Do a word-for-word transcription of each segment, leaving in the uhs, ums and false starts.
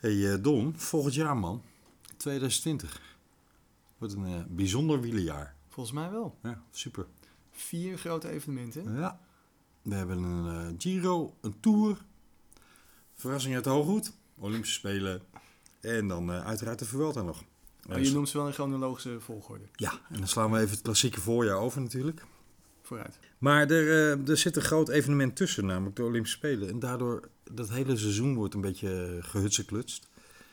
Hey eh, Don, volgend jaar man, twintig twintig. Wordt een eh, bijzonder wielerjaar. Volgens mij wel. Ja, super. Vier grote evenementen. Ja, we hebben een eh, Giro, een Tour, verrassing uit de Hooghoed, Olympische Spelen en dan uh, uiteraard de Vuelta nog. Oh, je noemt ze wel in chronologische volgorde. Ja, en dan slaan we even het klassieke voorjaar over natuurlijk. Vooruit. Maar er, uh, er zit een groot evenement tussen, namelijk de Olympische Spelen. En daardoor, dat hele seizoen wordt een beetje gehutseklutst.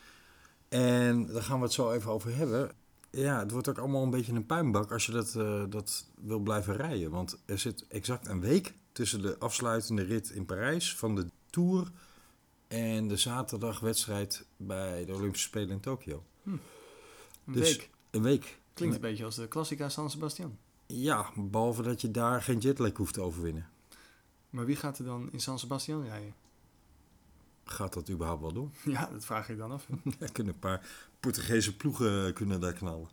En daar gaan we het zo even over hebben. Ja, het wordt ook allemaal een beetje een puinbak als je dat, uh, dat wil blijven rijden. Want er zit exact een week tussen de afsluitende rit in Parijs van de Tour en de zaterdagwedstrijd bij de Olympische Spelen in Tokio. Hm. Een Dus week. Een week. Klinkt een beetje als de Classica San Sebastian. Ja, behalve dat je daar geen jetlag hoeft te overwinnen. Maar wie gaat er dan in San Sebastian rijden? Gaat dat überhaupt wel doen? Ja, dat vraag je dan af. Er kunnen een paar Portugese ploegen kunnen daar knallen.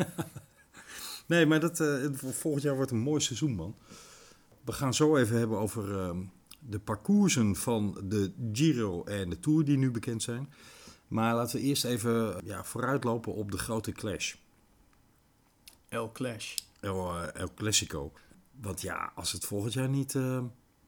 Nee, maar dat, uh, volgend jaar wordt een mooi seizoen, man. We gaan zo even hebben over uh, de parcoursen van de Giro en de Tour die nu bekend zijn. Maar laten we eerst even ja, vooruitlopen op de grote clash. El Clash. El, uh, El Clasico. Want ja, als het volgend jaar niet uh,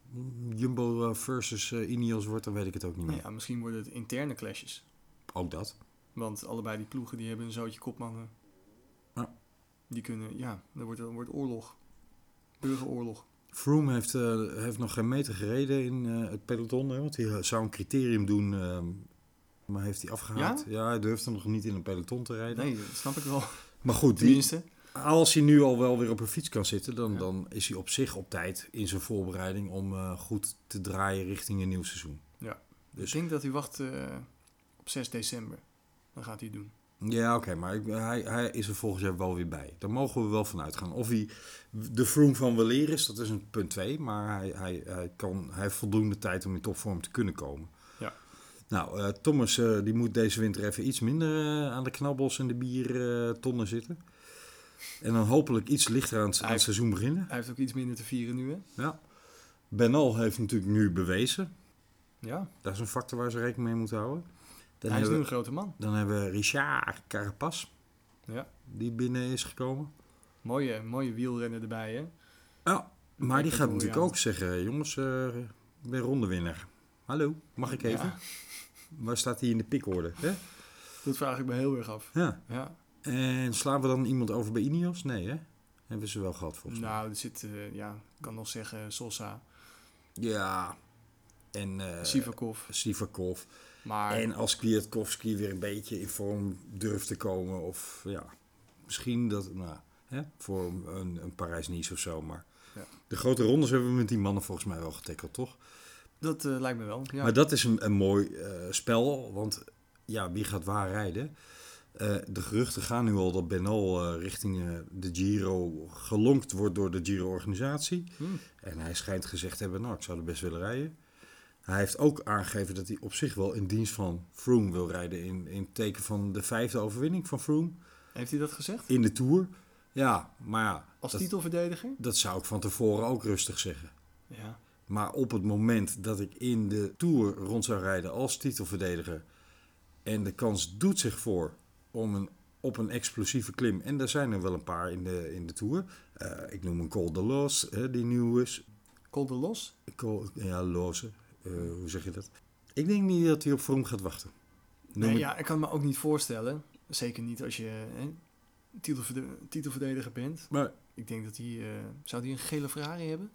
Jumbo versus uh, Ineos wordt, dan weet ik het ook niet meer. Nou ja, misschien worden het interne clashes. Ook dat. Want allebei die ploegen die hebben een zootje kopmannen. Ja. Die kunnen, ja, er wordt, er wordt oorlog. Burgeroorlog. Froome heeft, uh, heeft nog geen meter gereden in uh, het peloton. Hè, want hij zou een criterium doen, uh, maar heeft hij afgehaald. Ja? ja, hij durfde nog niet in een peloton te rijden. Nee, dat snap ik wel. Maar goed, tenminste. Die, als hij nu al wel weer op een fiets kan zitten, dan, Ja. dan is hij op zich op tijd in zijn voorbereiding om uh, goed te draaien richting een nieuw seizoen. Ja, dus. Ik denk dat hij wacht uh, op zes december. Dan gaat hij het doen. Ja, oké, okay, maar ik, hij, hij is er volgend jaar wel weer bij. Daar mogen we wel van uitgaan. Of hij de Froome van weleer is, dat is een punt twee. Maar hij, hij, hij, kan, hij heeft voldoende tijd om in topvorm te kunnen komen. Ja. Nou, uh, Thomas uh, die moet deze winter even iets minder uh, aan de knabbels en de biertonnen uh, zitten. En dan hopelijk iets lichter aan het, aan het seizoen beginnen. Hij heeft ook iets minder te vieren nu, hè? Ja. Bernal heeft natuurlijk nu bewezen. Ja. Dat is een factor waar ze rekening mee moeten houden. Dan hij is nu we, een grote man. Dan hebben we Richard Carapaz. Ja. Die binnen is gekomen. Mooie, mooie wielrenner erbij, hè? Ja, maar die gaat natuurlijk ook zeggen... Jongens, uh, ik ben rondewinnaar. Hallo, mag ik even? Ja. Waar staat hij in de pikorde? Hè? Dat vraag ik me heel erg af. Ja. ja. En slaan we dan iemand over bij Ineos? Nee, hè? Hebben ze wel gehad, volgens mij. Nou, er zit... Uh, ja, ik kan nog zeggen Sosa. Ja. En... Uh, Sivakov. Sivakov. Maar... En als Kwiatkowski weer een beetje in vorm durft te komen. Of ja, misschien dat, nou, hè, voor een, een Parijs-Nice of zo. Maar ja. De grote rondes hebben we met die mannen volgens mij wel getackeld, toch? Dat uh, lijkt me wel, ja. Maar dat is een, een mooi uh, spel, want ja, wie gaat waar rijden? Uh, de geruchten gaan nu al dat Bernal uh, richting uh, de Giro gelonkt wordt door de Giro-organisatie. Hmm. En hij schijnt gezegd te hebben, nou, ik zou er best willen rijden. Hij heeft ook aangegeven dat hij op zich wel in dienst van Froome wil rijden. In, in het teken van de vijfde overwinning van Froome. Heeft hij dat gezegd? In de Tour. Ja, maar ja. Als dat, titelverdediger? Dat zou ik van tevoren ook rustig zeggen. Ja. Maar op het moment dat ik in de Tour rond zou rijden als titelverdediger. En de kans doet zich voor om een, op een explosieve klim. En er zijn er wel een paar in de, in de Tour. Uh, ik noem een Col de Los, hè, die nieuw is. Col de Los? Col, ja, Loze. Uh, hoe zeg je dat? Ik denk niet dat hij op Froome gaat wachten. Noem nee, ik... ja, ik kan me ook niet voorstellen. Zeker niet als je hè, titelverde- titelverdediger bent. Maar ik denk dat hij... Uh, zou hij een gele Ferrari hebben?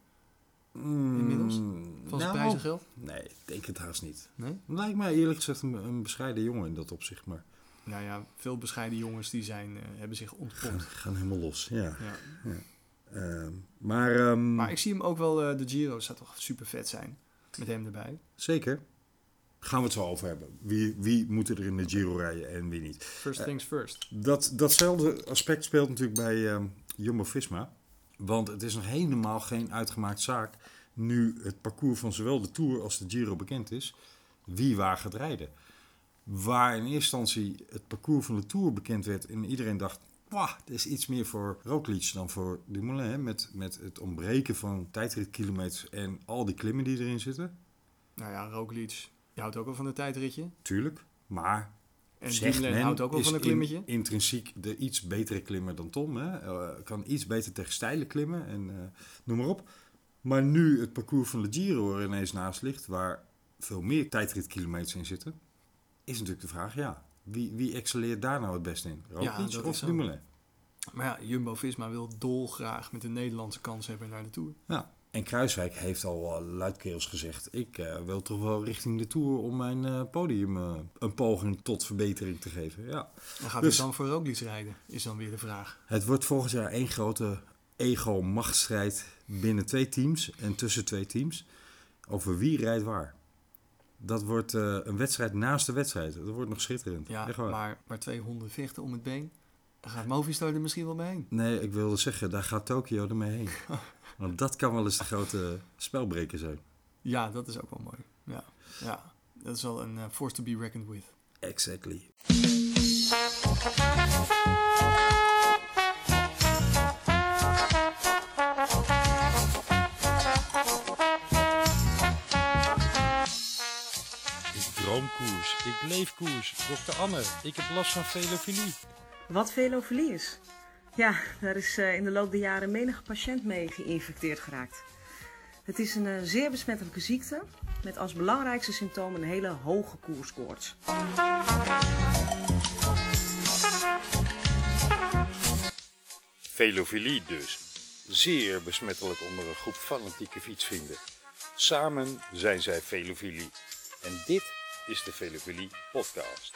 Mm, Inmiddels? Van zijn nou, prijzengeld? Nee, ik denk het haast niet. Nee? Lijkt mij eerlijk gezegd een, een bescheiden jongen in dat opzicht. Maar... Nou ja, veel bescheiden jongens die zijn, uh, hebben zich ontpompt. Gaan, gaan helemaal los, ja. ja. ja. Uh, maar, um... maar ik zie hem ook wel... Uh, de Giro zou toch super vet zijn. Met hem erbij. Zeker. Gaan we het zo over hebben. Wie, wie moet er in de Giro rijden en wie niet. First things uh, first. Dat, datzelfde aspect speelt natuurlijk bij um, Jumbo-Visma. Want het is nog helemaal geen uitgemaakt zaak. Nu het parcours van zowel de Tour als de Giro bekend is. Wie waar gaat rijden. Waar in eerste instantie het parcours van de Tour bekend werd. En iedereen dacht, wauw, dit is iets meer voor Roglic dan voor Dumoulin. Hè? Met, met het ontbreken van tijdritkilometers en al die klimmen die erin zitten. Nou ja, Roglic, je houdt ook wel van de tijdritje. Tuurlijk. Maar En zegt Dumoulin men, houdt ook wel is van een klimmetje. In, intrinsiek de iets betere klimmer dan Tom. Hè? Uh, kan iets beter tegen stijlen klimmen en uh, noem maar op. Maar nu het parcours van de Giro er ineens naast ligt, waar veel meer tijdritkilometers in zitten, is natuurlijk de vraag, ja, wie, wie excelleert daar nou het beste in? Roglic Ja, of Dumoulin? Maar ja, Jumbo-Visma wil dolgraag met een Nederlandse kans hebben naar de Tour. Ja, en Kruiswijk heeft al uh, luidkeels gezegd, ik uh, wil toch wel richting de Tour om mijn uh, podium uh, een poging tot verbetering te geven. Ja. En gaat dus, hij dan voor Roglic rijden, is dan weer de vraag. Het wordt volgend jaar één grote ego-machtsstrijd binnen twee teams en tussen twee teams over wie rijdt waar. Dat wordt uh, een wedstrijd naast de wedstrijd. Dat wordt nog schitterend. Ja, echt waar. Maar, maar twee honden vechten om het been. Dan gaat Movistar er misschien wel mee heen. Nee, ik wilde zeggen, daar gaat Tokio ermee heen. Want dat kan wel eens de grote spelbreker zijn. Ja, dat is ook wel mooi. Ja, ja. Dat is wel een uh, force to be reckoned with. Exactly. Droomkoers, ik leef koers. dokter Anne, ik heb last van velofilie. Wat velofilie is? Ja, daar is uh, in de loop der jaren menige patiënt mee geïnfecteerd geraakt. Het is een uh, zeer besmettelijke ziekte met als belangrijkste symptoom een hele hoge koerskoorts. Velofilie dus. Zeer besmettelijk onder een groep fanatieke fietsvrienden. Samen zijn zij velofilie. En dit is de Velofilie podcast.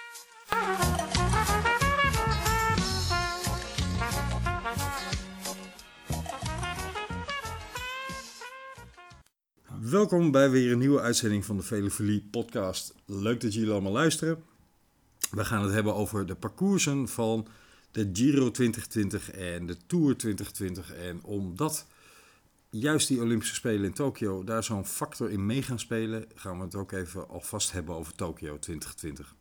Welkom bij weer een nieuwe uitzending van de Velofilie podcast. Leuk dat jullie allemaal luisteren. We gaan het hebben over de parcoursen van de Giro twintig twintig en de Tour twintig twintig. En omdat juist die Olympische Spelen in Tokio daar zo'n factor in mee gaan spelen, gaan we het ook even alvast hebben over Tokio twintig twintig.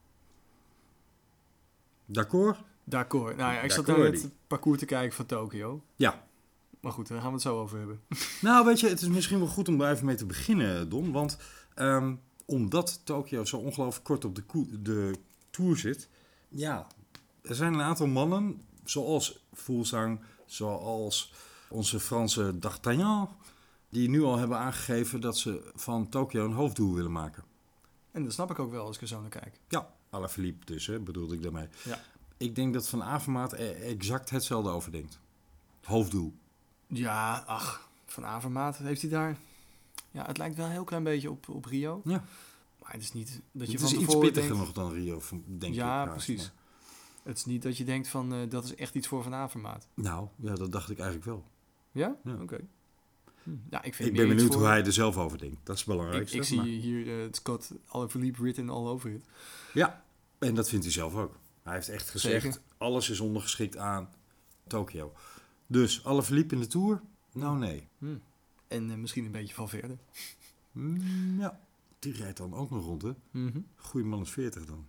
D'accord? D'accord. Nou ja, ik zat D'accord, naar het parcours te kijken van Tokio. Ja. Maar goed, daar gaan we het zo over hebben. Nou, weet je, het is misschien wel goed om daar even mee te beginnen, Don. Want um, omdat Tokio zo ongelooflijk kort op de, koe- de Tour zit, ja, er zijn een aantal mannen, zoals Fuglsang, zoals onze Franse D'Artagnan, die nu al hebben aangegeven dat ze van Tokio een hoofddoel willen maken. En dat snap ik ook wel als ik er zo naar kijk. Ja, Alaphilippe dus, hè, bedoelde ik daarmee. Ja. Ik denk dat Van Avermaat er exact hetzelfde over denkt. Hoofddoel. Ja, ach, Van Avermaat heeft hij daar... Ja, het lijkt wel een heel klein beetje op, op Rio. Ja. Maar het is niet dat je Het van is iets tevoren pittiger denkt... nog dan Rio, denk ik. Ja, trouwens, precies. maar- Het is niet dat je denkt van, uh, dat is echt iets voor Van Avermaat. Nou, ja, dat dacht ik eigenlijk wel. Ja? Ja. Oké. Hm. Ja, ik vind Ik meer ben iets benieuwd voor- hoe hij er zelf over denkt. Dat is het Ik, belangrijkste. ik zie maar- hier uh, het Scott Alaphilippe written all over it. Ja, en dat vindt hij zelf ook. Hij heeft echt gezegd, Zeker. alles is ondergeschikt aan Tokio. Dus Alaphilippe in de Tour? Nou, nee. Hm. En uh, misschien een beetje van verder. Mm, ja, die rijdt dan ook nog rond, hè? Mm-hmm. Goeie man is veertig dan.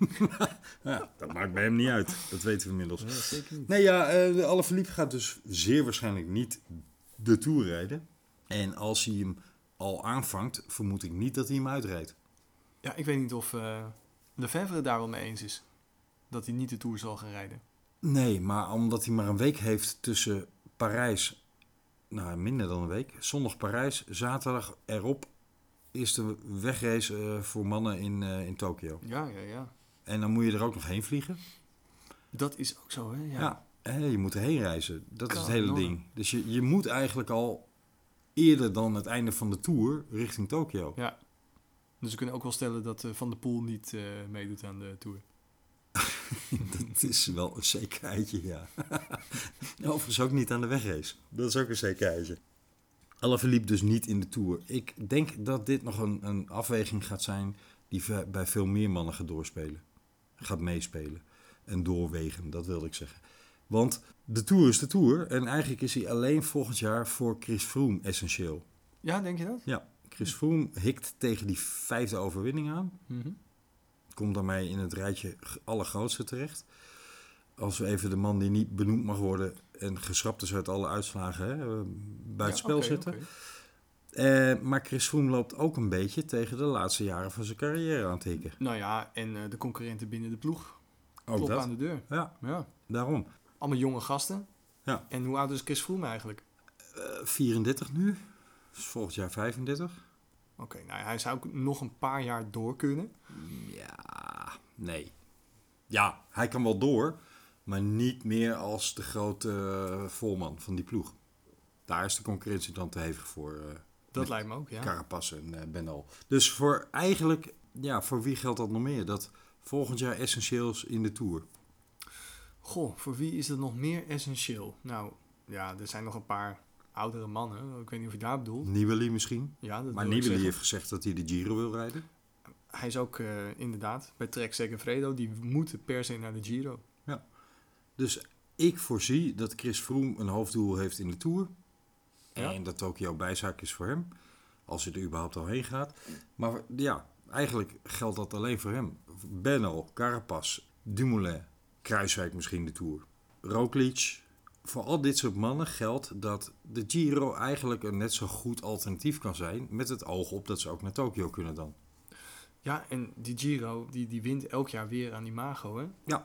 Ja, dat maakt bij hem niet uit. Dat weten we inmiddels. Ja, zeker niet. Nee, ja, uh, de Alaphilippe gaat dus zeer waarschijnlijk niet de Tour rijden. En als hij hem al aanvangt, vermoed ik niet dat hij hem uitrijdt. Ja, ik weet niet of uh, Lefevre het daar wel mee eens is. Dat hij niet de Tour zal gaan rijden. Nee, maar omdat hij maar een week heeft tussen Parijs, nou minder dan een week, zondag Parijs, zaterdag erop is de wegrace uh, voor mannen in, uh, in Tokio. Ja, ja, ja. En dan moet je er ook nog heen vliegen. Dat is ook zo, hè? Ja. Ja, hè, je moet erheen reizen. Dat is het hele Kanon. ding. Dus je, je moet eigenlijk al eerder dan het einde van de Tour richting Tokio. Ja. Dus we kunnen ook wel stellen dat uh, Van der Poel niet uh, meedoet aan de Tour. Dat is wel een zekerheidje, ja. Overigens ook niet aan de wegrace. Dat is ook een zekerheidje. Alaphilippe dus niet in de Tour. Ik denk dat dit nog een, een afweging gaat zijn die ve- bij veel meer mannen gaat doorspelen. Gaat meespelen. En doorwegen, dat wilde ik zeggen. Want de Tour is de Tour. En eigenlijk is hij alleen volgend jaar voor Chris Froome essentieel. Ja, denk je dat? Ja, Chris Froome hikt tegen die vijfde overwinning aan. Mm-hmm. Komt daarmee in het rijtje allergrootste terecht. Als we even de man die niet benoemd mag worden en geschrapt is uit alle uitslagen hè, buiten Ja, spel oké, zetten. oké. Uh, maar Chris Froome loopt ook een beetje tegen de laatste jaren van zijn carrière aan het hikken. Nou ja, en uh, de concurrenten binnen de ploeg Ook kloppen dat. aan de deur. Ja, Ja. daarom. Allemaal jonge gasten. Ja. En hoe oud is Chris Froome eigenlijk? Uh, vierendertig nu. Dus volgend jaar vijfendertig. Oké, okay, nou hij zou nog een paar jaar door kunnen. Ja, nee. Ja, hij kan wel door, maar niet meer als de grote uh, voorman van die ploeg. Daar is de concurrentie dan te hevig voor. Uh, dat lijkt me ook, ja. Carapaz en uh, Bernal. Dus voor eigenlijk, ja, voor wie geldt dat nog meer? Dat volgend jaar essentieel is in de Tour. Goh, voor wie is dat nog meer essentieel? Nou, ja, er zijn nog een paar oudere mannen. Ik weet niet of je daar bedoelt. Nibali misschien. Ja, dat maar Nibali heeft gezegd dat hij de Giro wil rijden. Hij is ook uh, inderdaad bij Trek Segafredo. Die moeten per se naar de Giro. Ja. Dus ik voorzie dat Chris Froome een hoofddoel heeft in de Tour. Ja. En dat Tokio bijzaak is voor hem. Als hij er überhaupt al heen gaat. Maar ja, eigenlijk geldt dat alleen voor hem. Bernal, Carapaz, Dumoulin, Kruiswijk misschien de Tour. Roglic. Voor al dit soort mannen geldt dat de Giro eigenlijk een net zo goed alternatief kan zijn. Met het oog op dat ze ook naar Tokio kunnen dan. Ja, en die Giro die, die wint elk jaar weer aan Imago, hè? Ja.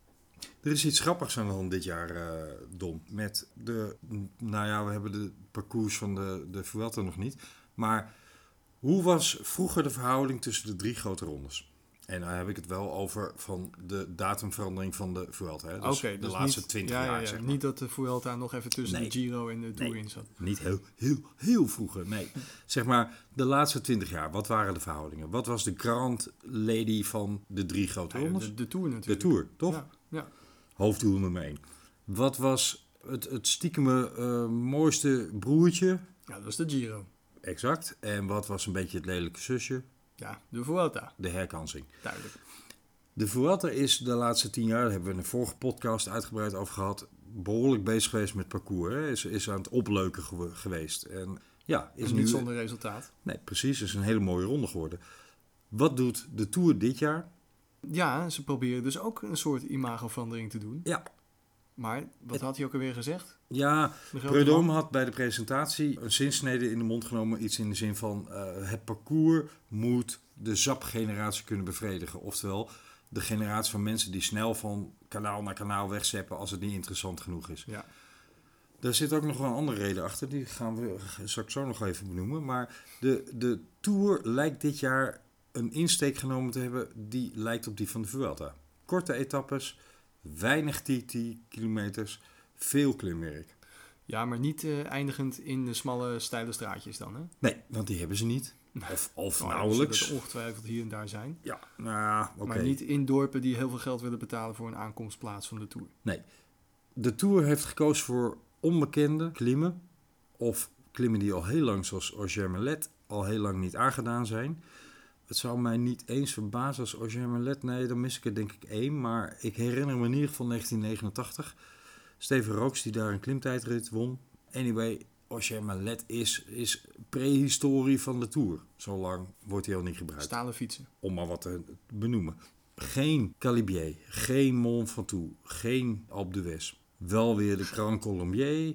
Er is iets grappigs aan de hand dit jaar, uh, Don. Met de, nou ja, we hebben de parcours van de, de Vuelta nog niet. Maar hoe was vroeger de verhouding tussen de drie grote rondes? En dan heb ik het wel over van de datumverandering van de Vuelta. Hè? Dus okay, de dus laatste niet, twintig ja, jaar, ja, ja. zeg maar. Niet dat de Vuelta nog even tussen nee. de Giro en de Tour nee. in zat. Niet heel, heel, heel vroeger, nee. Zeg maar, de laatste twintig jaar, wat waren de verhoudingen? Wat was de grand lady van de drie grote Ja, rondes? de, de Tour natuurlijk. De Tour, toch? Ja, ja. Hoofddoel nummer één. Wat was het, het stiekeme uh, mooiste broertje? Ja, dat was de Giro. Exact. En wat was een beetje het lelijke zusje? Ja, de Vuelta. De herkansing. Duidelijk. De Vuelta is de laatste tien jaar, daar hebben we in een vorige podcast uitgebreid over gehad, behoorlijk bezig geweest met parcours. Hè. Is, is aan het opleuken gew- geweest. En ja, is en nu niet zonder resultaat. Nee, precies. Is een hele mooie ronde geworden. Wat doet de Tour dit jaar? Ja, ze proberen dus ook een soort imagoverandering te doen. Ja. Maar, wat Het, had hij ook alweer gezegd? Ja, Prudhomme had bij de presentatie een zinsnede in de mond genomen. Iets in de zin van, uh, het parcours moet de Z A P-generatie kunnen bevredigen. Oftewel, de generatie van mensen die snel van kanaal naar kanaal wegzeppen als het niet interessant genoeg is. Ja. Daar zit ook nog wel een andere reden achter. Die gaan we straks zo nog even benoemen. Maar de, de Tour lijkt dit jaar een insteek genomen te hebben die lijkt op die van de Vuelta. Korte etappes, weinig T T-kilometers, veel klimwerk. Ja, maar niet uh, eindigend in de smalle, steile straatjes dan, hè? Nee, want die hebben ze niet. Of, of nou, nauwelijks. Dat er ongetwijfeld hier en daar zijn. Ja, nou, oké. Okay. Maar niet in dorpen die heel veel geld willen betalen voor een aankomstplaats van de Tour. Nee. De Tour heeft gekozen voor onbekende klimmen. Of klimmen die al heel lang, zoals Auger-Melet, al heel lang niet aangedaan zijn. Het zou mij niet eens verbazen als Auger-Melet, nee, dan mis ik er denk ik één. Maar ik herinner me in ieder geval negentien negenentachtig. Steven Rooks die daar een klimtijdrit won. Anyway, Auger-Melet is, is prehistorie van de Tour. Zo lang wordt hij al niet gebruikt. Stalen fietsen. Om maar wat te benoemen. Geen Calibier, geen Mont Ventoux, geen Alpe d'Huez. Wel weer de Grand Colombier.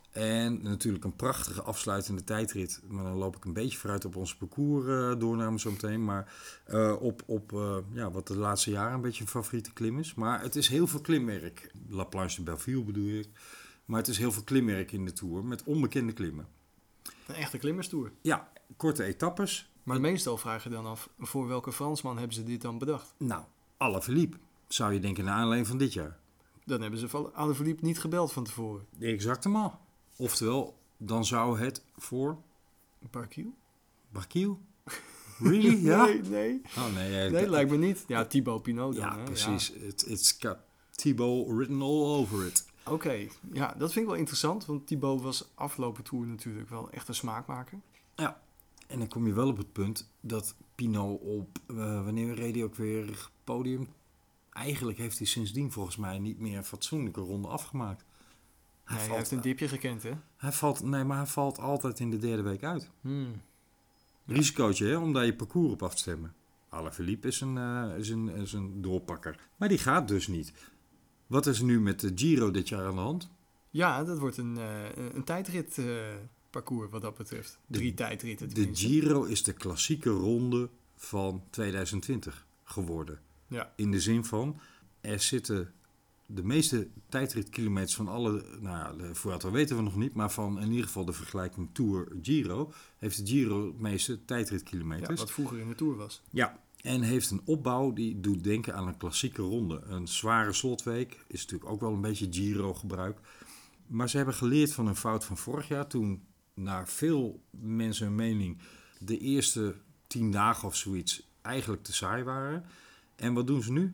En natuurlijk een prachtige afsluitende tijdrit. Maar dan loop ik een beetje vooruit op ons parcours uh, doorname zo meteen. Maar uh, op, op uh, ja, wat de laatste jaren een beetje een favoriete klim is. Maar het is heel veel klimwerk. La Planche de Belleville bedoel ik. Maar het is heel veel klimwerk in de Tour met onbekende klimmen. Een echte klimmerstoer. Ja, korte etappes. Maar meestal vraag je dan af, voor welke Fransman hebben ze dit dan bedacht? Nou, Alaphilippe, zou je denken naar aanleiding van dit jaar. Dan hebben ze Alaphilippe niet gebeld van tevoren. Exactement. Oftewel, dan zou het voor... Barguil? Barguil? Really? Ja? Nee, nee. Oh, nee, ja, nee, lijkt me niet. Ja, Thibaut Pinot dan. Ja, hè? precies. Ja. It, it's got Thibaut written all over it. Oké, okay. Ja, dat vind ik wel interessant. Want Thibaut was afgelopen Tour natuurlijk wel echt een smaakmaker. Ja, en dan kom je wel op het punt dat Pinot op... Uh, wanneer reed hij ook weer podium? Eigenlijk heeft hij sindsdien volgens mij niet meer een fatsoenlijke ronde afgemaakt. Hij, nee, hij heeft een dipje gekend, hè? Hij valt, nee, maar hij valt altijd in de derde week uit. Hmm. Risicootje, hè, om daar je parcours op af te stemmen. Alaphilippe is een, uh, is, een, is een doorpakker. Maar die gaat dus niet. Wat is er nu met de Giro dit jaar aan de hand? Ja, dat wordt een, uh, een tijdrit uh, parcours wat dat betreft. Drie De- tijdritten De tenminste. Giro is de klassieke ronde van tweeduizend twintig geworden. Ja. In de zin van, er zitten de meeste tijdritkilometers van alle, nou ja, de Vuelta weten we nog niet, maar van in ieder geval de vergelijking Tour Giro, heeft de Giro het meeste ja, tijdritkilometers. wat vroeger in de Tour was. Ja, en heeft een opbouw die doet denken aan een klassieke ronde. Een zware slotweek is natuurlijk ook wel een beetje Giro-gebruik. Maar ze hebben geleerd van een fout van vorig jaar, toen naar veel mensen hun mening de eerste tien dagen of zoiets eigenlijk te saai waren. En wat doen ze nu?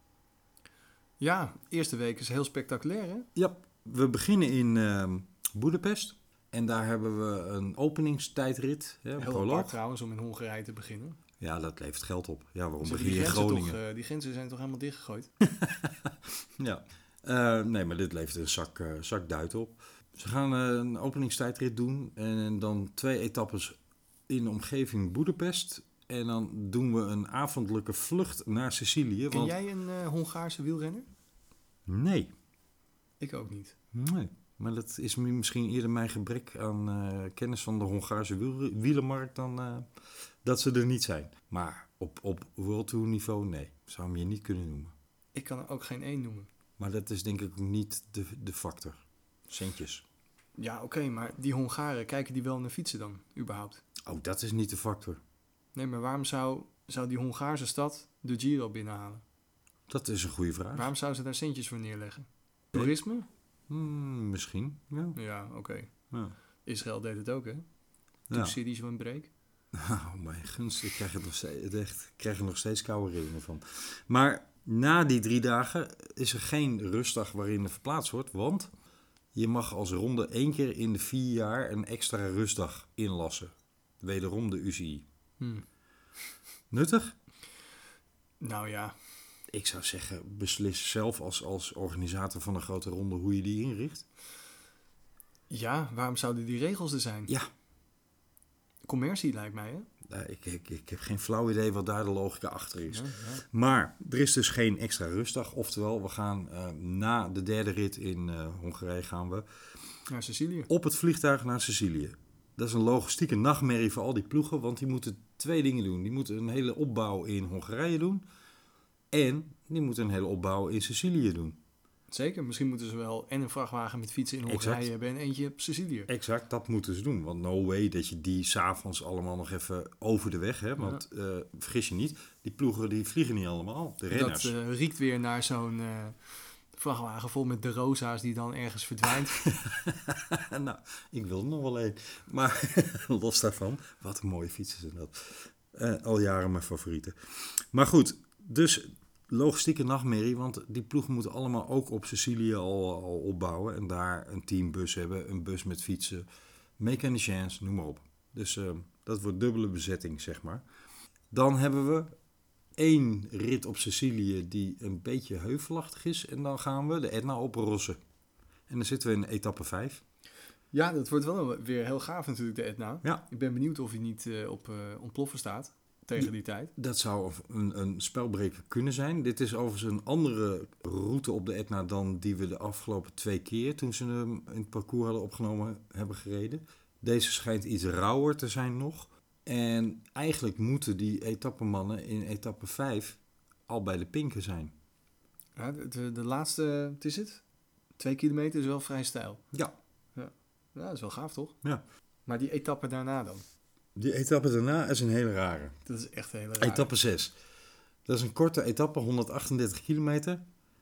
Ja, eerste week is heel spectaculair, hè? Ja, we beginnen in ehm Boedapest. En daar hebben we een openingstijdrit, hè, een Heel apart proloog. trouwens om in Hongarije te beginnen. Ja, dat levert geld op. Ja, waarom Ze begin hebben je die in grenzen Groningen? toch, eh, die grenzen zijn toch helemaal dichtgegooid? Ja, Eh, nee, maar dit levert een zak, eh, zak duit op. Ze gaan eh, een openingstijdrit doen en dan twee etappes in de omgeving Boedapest. En dan doen we een avondelijke vlucht naar Sicilië. Ken Want... jij een eh, Hongaarse wielrenner? Nee, Ik ook niet. nee. Maar dat is mi- misschien eerder mijn gebrek aan eh, kennis van de Hongaarse wiel- wielermarkt dan eh, dat ze er niet zijn. Maar op, op World Tour niveau, nee. Zou hem je niet kunnen noemen. Ik kan er ook geen één noemen. Maar dat is denk ik niet de, de factor. Centjes. Ja, oké, maar die Hongaren, kijken die wel naar fietsen dan, überhaupt? Oh, dat is niet de factor. Nee, maar waarom zou, zou die Hongaarse stad de Giro binnenhalen? Dat is een goede vraag. Waarom zou ze daar centjes voor neerleggen? Toerisme? Hmm, misschien, ja. Ja, oké. ja. Israël deed het ook, hè? Two ja. cities, one break. Oh mijn gunst, ik krijg er nog steeds, echt, ik krijg er nog steeds koude rillingen van. Maar na die drie dagen is er geen rustdag waarin er verplaatst wordt. Want je mag als ronde één keer in de vier jaar een extra rustdag inlassen. Wederom de U C I. Hmm. Nuttig? Nou ja, Ik zou zeggen, beslis zelf als, als organisator van een grote ronde hoe je die inricht. ja, waarom zouden die regels er zijn? Ja. Commercie lijkt mij, hè? Nou, ik, ik, ik heb geen flauw idee wat daar de logica achter is. Ja, ja. Maar er is dus geen extra rustdag. Oftewel, we gaan eh, na de derde rit in eh, Hongarije gaan we Naar Sicilië. op het vliegtuig naar Sicilië. Dat is een logistieke nachtmerrie voor al die ploegen, want die moeten twee dingen doen. Die moeten een hele opbouw in Hongarije doen en die moeten een hele opbouw in Sicilië doen. Zeker, misschien moeten ze wel en een vrachtwagen met fietsen in Hongarije Exact. hebben en eentje op Sicilië. Exact, dat moeten ze doen. Want no way dat je die s'avonds allemaal nog even over de weg hebt. Want eh, vergis je niet, die ploegen die vliegen niet allemaal. De renners. Dat eh, riekt weer naar zo'n eh, vrachtwagen vol met de rosa's die dan ergens verdwijnt. Nou, ik wil er nog wel een. Maar los daarvan, wat een mooie fietsen zijn dat. Eh, al jaren mijn favorieten. Maar goed, dus logistieke nachtmerrie. Want die ploegen moeten allemaal ook op Sicilië al, al opbouwen. En daar een teambus hebben, een bus met fietsen, mechaniciens, noem maar op. Dus eh, dat wordt dubbele bezetting, zeg maar. Dan hebben we één rit op Sicilië die een beetje heuvelachtig is. En dan gaan we de Etna oprossen. En dan zitten we in etappe vijf. Ja, dat wordt wel weer heel gaaf natuurlijk, de Etna. Ja. Ik ben benieuwd of hij niet eh, op eh, ontploffen staat tegen die tijd. Dat zou een, een spelbreker kunnen zijn. Dit is overigens een andere route op de Etna dan die we de afgelopen twee keer, toen ze hem in het parcours hadden opgenomen, hebben gereden. Deze schijnt iets rauwer te zijn nog. En eigenlijk moeten die etappemannen in etappe vijf al bij de pinken zijn. Ja, de, de, de laatste, wat is het? Twee kilometer is wel vrij steil. Ja. Ja, dat is wel gaaf, toch? Ja. Maar die etappe daarna dan? Die etappe daarna is een hele rare. Dat is echt een hele raar. Etappe zes. Dat is een korte etappe, honderdachtendertig kilometer.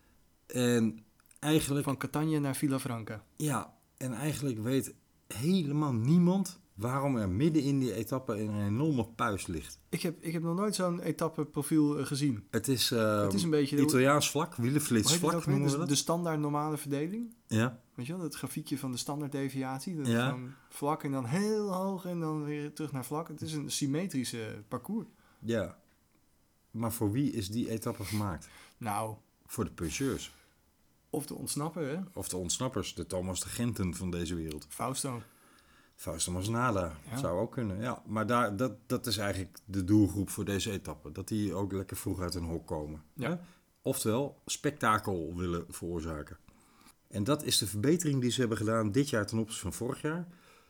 En eigenlijk... Van Catania naar Villafranca. Ja, en eigenlijk weet helemaal niemand waarom er midden in die etappe een enorme puis ligt. Ik heb, ik heb nog nooit zo'n etappeprofiel eh, gezien. Het is, uh, Het is een beetje de- Italiaans vlak, Hoe heet wielenflits het ook vlak weer? noemen we de, dat. de standaard normale verdeling. Ja, Weet je wel, dat grafiekje van de standaarddeviatie. Dat is Ja. van vlak en dan heel hoog en dan weer terug naar vlak. Het is een symmetrische parcours. ja. Maar voor wie is die etappe gemaakt? Nou, Voor de puncheurs. of de ontsnapper, hè? Of de ontsnappers, de Thomas de Genten van deze wereld. Fausto. Fausto Masnada, Ja. zou ook kunnen. Ja, maar daar, dat, dat is eigenlijk de doelgroep voor deze etappe. Dat die ook lekker vroeg uit hun hok komen. Ja. Hè? Oftewel, spektakel willen veroorzaken. En dat is de verbetering die ze hebben gedaan dit jaar ten opzichte van vorig jaar.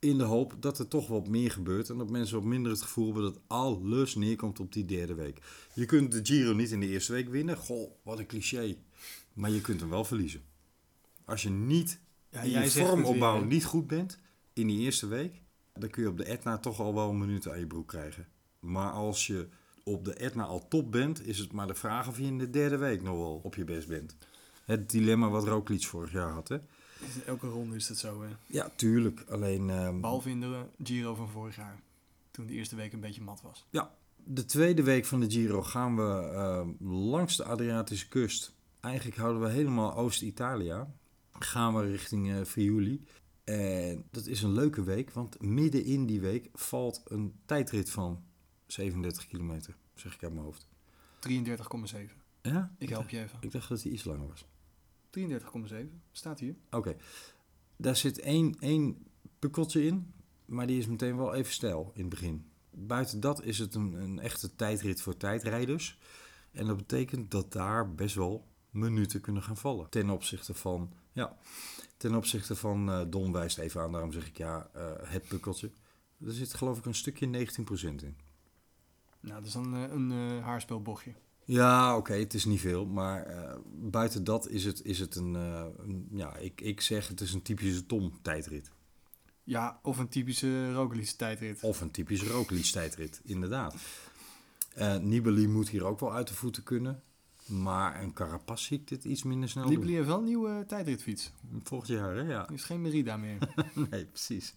In de hoop dat er toch wat meer gebeurt en dat mensen wat minder het gevoel hebben dat alles neerkomt op die derde week. Je kunt de Giro niet in de eerste week winnen. Goh, wat een cliché. Maar je kunt hem wel verliezen. Als je niet Ja, in jij je zegt vormopbouw het weer, hè? niet goed bent in die eerste week, dan kun je op de Etna toch al wel minuten aan je broek krijgen. Maar als je op de Etna al top bent, is het maar de vraag of je in de derde week nog wel op je best bent. Het dilemma wat Roglic vorig jaar had, hè? Elke ronde is dat zo, hè? Ja, tuurlijk. Alleen ehm, Behalve in de Giro van vorig jaar. Toen de eerste week een beetje mat was. de tweede week van de Giro gaan we ehm, langs de Adriatische kust. Eigenlijk houden we helemaal Oost-Italia. Gaan we richting eh, Friuli. En dat is een leuke week, want midden in die week valt een tijdrit van zevenendertig kilometer, zeg ik uit mijn hoofd. drieëndertig komma zeven. Ja? Ik help je even. Ik dacht dat hij iets langer was. drieëndertig komma zeven. Staat hier. Oké. Daar zit één, één pukkeltje in, maar die is meteen wel even stijl in het begin. Buiten dat is het een, een echte tijdrit voor tijdrijders. En dat betekent dat daar best wel minuten kunnen gaan vallen. Ten opzichte van, ja, ten opzichte van uh, Don wijst even aan, daarom zeg ik ja, uh, het pukkeltje. Er zit geloof ik een stukje negentien procent in. Nou, dat is dan uh, een uh, haarspelbochtje. Ja, oké, okay, het is niet veel, maar uh, buiten dat is het, is het een, uh, een, ja, ik, ik zeg het is een typische Tom-tijdrit. Ja, of een typische Roglic tijdrit. Of een typische Roglic-tijdrit, inderdaad. Uh, Nibali moet hier ook wel uit de voeten kunnen, maar een Carapaz zie ik dit iets minder snel Nibali doen. heeft wel een nieuwe tijdritfiets. Volgend jaar, hè? Ja. Er is geen Merida meer. Nee, precies.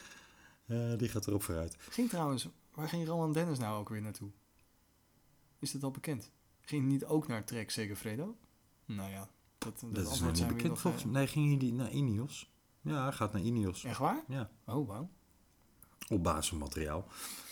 Uh, die gaat erop vooruit. Ging trouwens, waar ging Roland Dennis nou ook weer naartoe? Is dat al bekend? Ging hij niet ook naar Trek Segafredo? Nou ja, dat, dat, Dat is nog antwoord niet zijn we bekend nog, volgens mij. Nee, ging hij naar Ineos? Ja, hij gaat naar Ineos. Echt waar? Ja. Oh, wauw. Op basis van materiaal.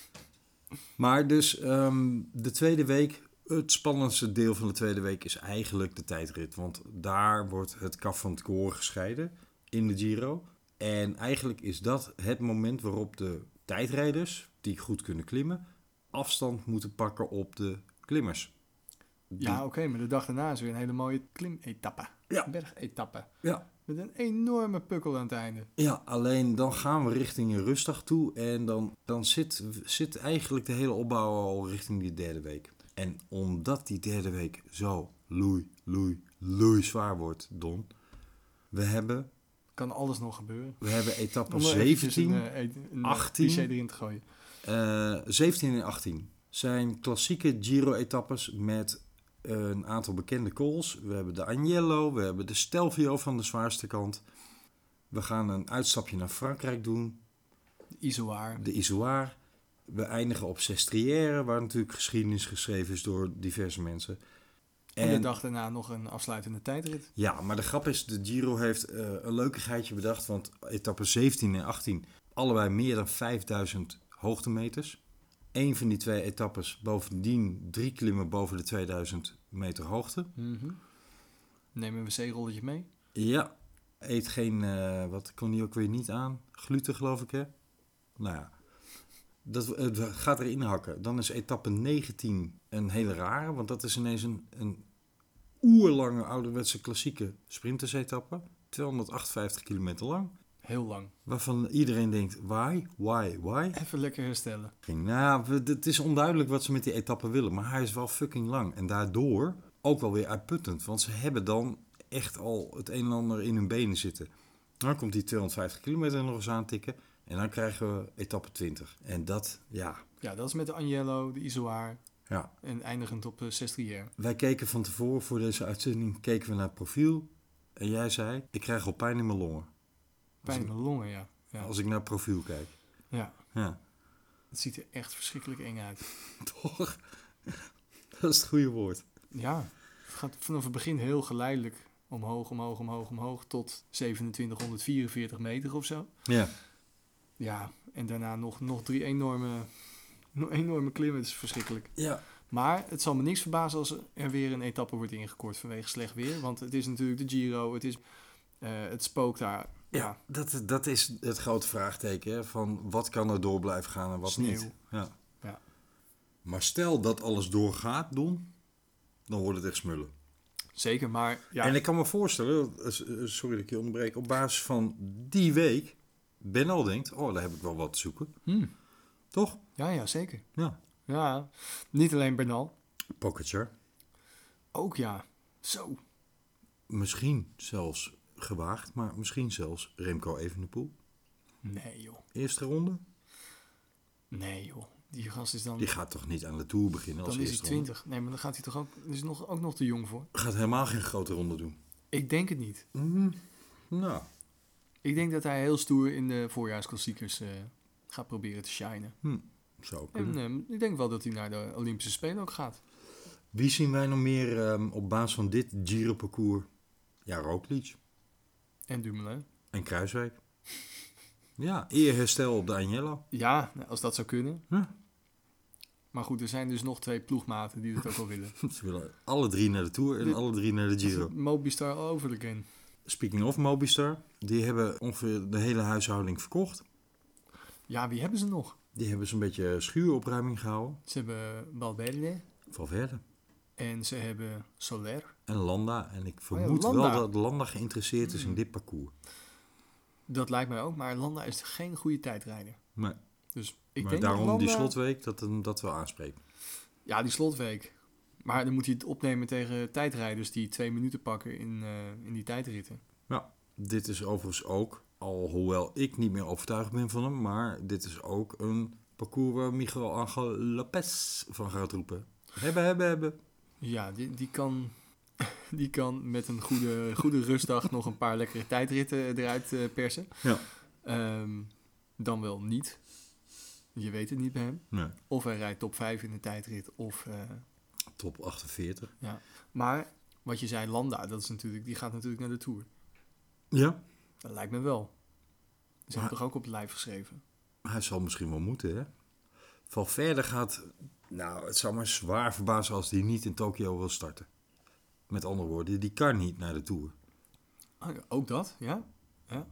Maar dus um, de tweede week, het spannendste deel van de tweede week is eigenlijk de tijdrit. Want daar wordt het kaf van het koren gescheiden in de Giro. En eigenlijk is dat het moment waarop de tijdrijders, die goed kunnen klimmen, afstand moeten pakken op de klimmers. Die... Ja, oké, okay, maar de dag daarna is weer een hele mooie klimetappe. Ja. Bergetappe. Ja. Met een enorme pukkel aan het einde. Ja, alleen dan gaan we richting een rustdag toe en dan, dan zit, zit eigenlijk de hele opbouw al richting die derde week. En omdat die derde week zo loei, loei, loei zwaar wordt, Don, we hebben... Kan alles nog gebeuren. We hebben etappe Om zeventien, een, een, achttien, cliché erin te gooien. Uh, zeventien en achttien zijn klassieke Giro-etappes met een aantal bekende calls. We hebben de Agnello, we hebben de Stelvio van de zwaarste kant. We gaan een uitstapje naar Frankrijk doen. De Izoard. De Izoard. We eindigen op Sestriere, waar natuurlijk geschiedenis geschreven is door diverse mensen. En, en de dag daarna nog een afsluitende tijdrit. Ja, maar de grap is, de Giro heeft uh, een leukigheidje bedacht, want etappe zeventien en achttien, allebei meer dan vijfduizend hoogtemeters. Eén van die twee etappes, bovendien drie klimmen boven de tweeduizend meter hoogte. Mm-hmm. Neem een wc-rolletje mee. Ja, eet geen, uh, wat kon die ook weer niet aan? Gluten geloof ik, hè? Nou ja, dat, het gaat erin hakken. Dan is etappe negentien een hele rare, want dat is ineens een, een oerlange ouderwetse klassieke sprintersetappe. tweehonderdachtenvijftig kilometer lang. Heel lang. Waarvan iedereen denkt, why, why, why? Even lekker herstellen. Nou, het is onduidelijk wat ze met die etappe willen, maar hij is wel fucking lang. En daardoor ook wel weer uitputtend, want ze hebben dan echt al het een en ander in hun benen zitten. Dan komt die tweehonderdvijftig kilometer nog eens aantikken en dan krijgen we etappe twintig. En dat, ja... Ja, dat is met de Agnello, de Izoard ja. En eindigend op uh, Sestriere. Wij keken van tevoren voor deze uitzending, keken we naar het profiel en jij zei, ik krijg al pijn in mijn longen. Pijn in mijn longen, ja. ja. Als ik naar het profiel kijk. Ja. ja. Het ziet er echt verschrikkelijk eng uit. Toch? Dat is het goede woord. Ja. Het gaat vanaf het begin heel geleidelijk omhoog, omhoog, omhoog, omhoog tot zevenentwintighonderdvierenveertig meter of zo. Ja. Ja, en daarna nog, nog drie enorme, nog enorme klimmen. Het is verschrikkelijk. Ja. Maar het zal me niks verbazen als er weer een etappe wordt ingekort vanwege slecht weer. Want het is natuurlijk de Giro, het is uh, het spookt daar. Ja, Ja, dat, dat is het grote vraagteken, hè, van wat kan er door blijven gaan en wat Sneeuw. niet. Ja. Ja. Maar stel dat alles doorgaat, Don, dan wordt het echt smullen. Zeker, maar ja. En ik kan me voorstellen, sorry dat ik je onderbreek, op basis van die week Bernal denkt, oh, daar heb ik wel wat te zoeken. Hmm. Toch? Ja, ja, zeker. Ja. Ja, niet alleen Bernal. Pogačar. Ook ja. Zo. Misschien zelfs gewaagd, maar misschien zelfs Remco Evenepoel. Nee, joh. Eerste ronde? Nee, joh. Die gast is dan... Die gaat toch niet aan de Tour beginnen als dan is hij eerste ronde? twintig. Nee, maar dan gaat hij toch ook... is nog, ook nog te jong voor. Gaat helemaal geen grote ronde doen. Ik denk het niet. Mm, nou, Ik denk dat hij heel stoer in de voorjaarsklassiekers uh, gaat proberen te shinen. hm, zou kunnen. En uh, ik denk wel dat hij naar de Olympische Spelen ook gaat. Wie zien wij nog meer um, op basis van dit Giro-parcours? Ja, Roglic En Dumoulin. en Kruiswijk. Ja, eerherstel op de Agnello. Ja, als dat zou kunnen. Huh? Maar goed, er zijn dus nog twee ploegmaten die dat ook wel willen. Ze willen alle drie naar de Tour en De- alle drie naar de Giro. Mobistar all over again. Speaking of Mobistar, die hebben ongeveer de hele huishouding verkocht. Ja, wie hebben ze nog? Die hebben zo'n beetje schuuropruiming gehouden. Ze hebben Valverde Valverde en ze hebben Soler. en Landa. En ik vermoed Landa. wel dat Landa geïnteresseerd is in Hmm. dit parcours. Dat lijkt mij ook, maar Landa is geen goede tijdrijder. Maar, Dus ik maar denk daarom dat Landa... die slotweek dat hem dat wel aanspreekt. Ja, die slotweek. Maar dan moet hij het opnemen tegen tijdrijders die twee minuten pakken in, uh, in die tijdritten. Ja, dit is overigens ook, alhoewel ik niet meer overtuigd ben van hem, maar dit is ook een parcours waar Miguel Angel Lopez van gaat roepen. Hebben, hebben, hebben. Ja, die, die, kan, die kan met een goede, goede rustdag nog een paar lekkere tijdritten eruit uh, persen. Ja. Um, dan wel niet. Je weet het niet bij hem. Nee, Of hij rijdt top vijf in de tijdrit. Of, uh, top achtenveertig. ja. Maar wat je zei, Landa, dat is natuurlijk, die gaat natuurlijk naar de Tour. Ja, Dat lijkt me wel. Ze Maar- hebben toch ook op het lijf geschreven. hij zal misschien wel moeten, hè. Valverde gaat, nou, het zou me zwaar verbazen als hij niet in Tokio wil starten. Met andere woorden, die kan niet naar de Tour. Oh, ja, ook dat, ja? Ja.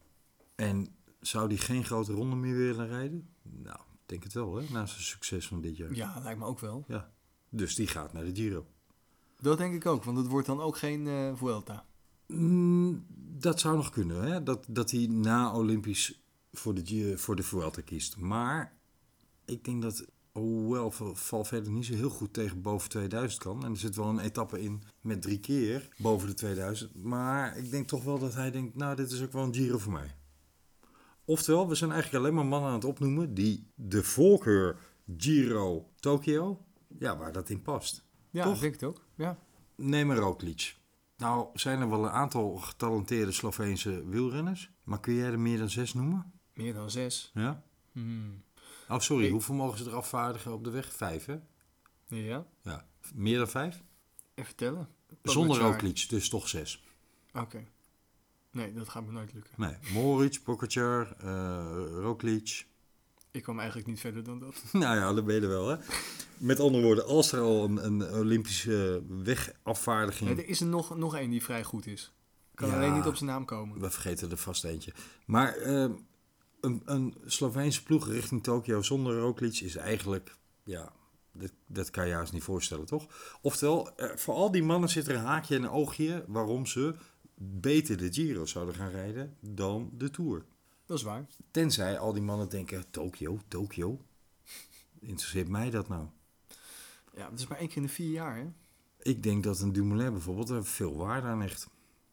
En zou die geen grote ronde meer willen rijden? Nou, ik denk het wel, hè, na zijn succes van dit jaar. Ja, lijkt me ook wel. Ja. Dus die gaat naar de Giro. Dat denk ik ook, want het wordt dan ook geen uh, Vuelta. Mm, dat zou nog kunnen, hè? Dat, dat hij na Olympisch voor de, Gi- voor de Vuelta kiest. Maar ik denk dat, hoewel Val- Valverde niet zo heel goed tegen boven tweeduizend kan. En er zit wel een etappe in met drie keer boven de tweeduizend. Maar ik denk toch wel dat hij denkt, nou, dit is ook wel een Giro voor mij. Oftewel, we zijn eigenlijk alleen maar mannen aan het opnoemen die de voorkeur Giro Tokio, ja, waar dat in past. Ja, Toch? ik denk het ook. Ja. Neem maar Roglic. Nou, zijn er wel een aantal getalenteerde Sloveense wielrenners. Maar kun jij er meer dan zes noemen? Meer dan zes. Ja? Hmm. Oh, sorry. Ik- Hoeveel mogen ze er afvaardigen op de weg? Vijf, hè? Ja, Ja. Meer dan vijf? even tellen. Zonder Pogačar. Roglic, dus toch zes. Oké. Nee, dat gaat me nooit lukken. Nee. Moric, Pogačar, eh Roglic. Ik kwam eigenlijk niet verder dan dat. Nou ja, dat ben je er wel, hè? Met andere woorden, als er al een, een Olympische wegafvaardiging... Nee, er is er nog, nog één die vrij goed is. Kan Ja. alleen niet op zijn naam komen. We vergeten er vast eentje. Maar eh, een, een Sloveense ploeg richting Tokio zonder Roglic is eigenlijk... Ja, dat, dat kan je juist niet voorstellen, toch? Oftewel, eh, voor al die mannen zit er een haakje en een oogje... waarom ze beter de Giro zouden gaan rijden dan de Tour. Dat is waar. Tenzij al die mannen denken, Tokio, Tokio. Interesseert mij dat nou? Ja, dat is maar één keer in de vier jaar, hè? Ik denk dat een Dumoulin bijvoorbeeld er veel waarde aan hecht.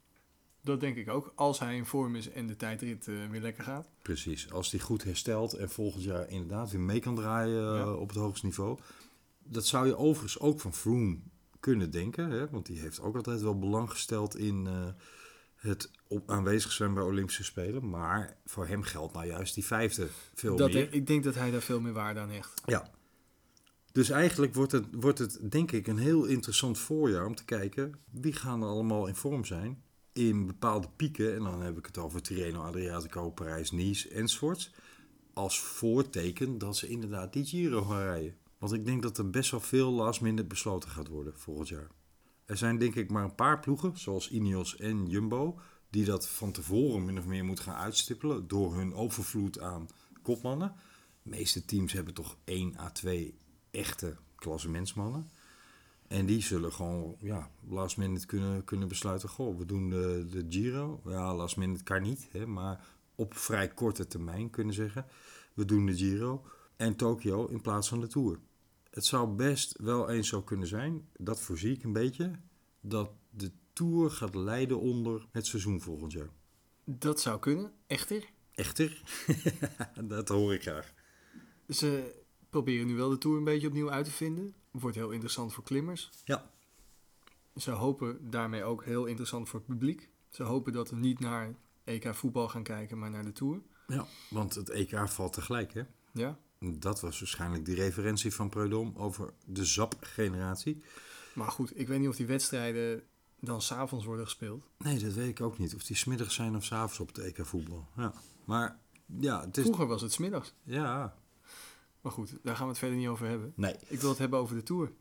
Dat denk ik ook. Als hij in vorm is en de tijdrit uh, weer lekker gaat. Precies, als die goed herstelt en volgend jaar inderdaad weer mee kan draaien uh, Ja. op het hoogste niveau. Dat zou je overigens ook van Froome kunnen denken, hè? Want die heeft ook altijd wel belang gesteld in uh, het op aanwezig zijn bij Olympische Spelen. Maar voor hem geldt nou juist die vijfde veel Dat meer. ik denk dat hij daar veel meer waarde aan hecht. Ja. Dus eigenlijk wordt het, wordt het denk ik een heel interessant voorjaar om te kijken wie gaan er allemaal in vorm zijn in bepaalde pieken. En dan heb ik het over Tirreno, Adriatico, Parijs, Nice enzovoorts. Als voorteken dat ze inderdaad die Giro gaan rijden. Want ik denk dat er best wel veel last minute besloten gaat worden volgend jaar. Er zijn denk ik maar een paar ploegen, zoals Ineos en Jumbo, die dat van tevoren min of meer moeten gaan uitstippelen door hun overvloed aan kopmannen. De meeste teams hebben toch één à twee echte klassementsmannen. En die zullen gewoon ja, last minute kunnen, kunnen besluiten, goh, we doen de, de Giro. Ja, last minute kan niet, hè, maar op vrij korte termijn kunnen zeggen, we doen de Giro en Tokio in plaats van de Tour. Het zou best wel eens zo kunnen zijn, dat voorzie ik een beetje, dat de Tour gaat lijden onder het seizoen volgend jaar. Dat zou kunnen, echter. Echter? Dat hoor ik graag. Ze proberen nu wel de Tour een beetje opnieuw uit te vinden. Wordt heel interessant voor klimmers. Ja. Ze hopen daarmee ook heel interessant voor het publiek. Ze hopen dat we niet naar E K voetbal gaan kijken, maar naar de Tour. Ja, want het E K valt tegelijk, hè? Ja. Dat was waarschijnlijk die referentie van Prudhomme over de Z A P-generatie. Maar goed, ik weet niet of die wedstrijden dan 's avonds worden gespeeld. Nee, dat weet ik ook niet. Of die 's middags zijn of 's avonds op het E K voetbal. Ja. Maar ja, het is... Vroeger was het 's middags. Ja. Maar goed, daar gaan we het verder niet over hebben. Nee. Ik wil het hebben over de Tour.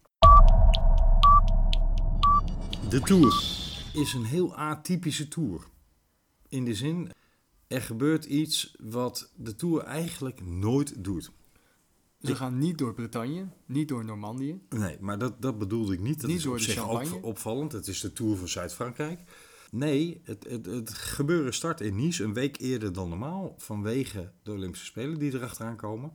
De Tour is een heel atypische Tour. In de zin, er gebeurt iets wat de Tour eigenlijk nooit doet. Ze Ik- gaan niet door Bretagne, niet door Normandië. Nee, maar dat, dat bedoelde ik niet. Dat Niet is door op de zich Champagne? ook opvallend. Het is de Tour van Zuid-Frankrijk. Nee, het, het, het gebeuren start in Nice een week eerder dan normaal. Vanwege de Olympische Spelen die erachteraan komen.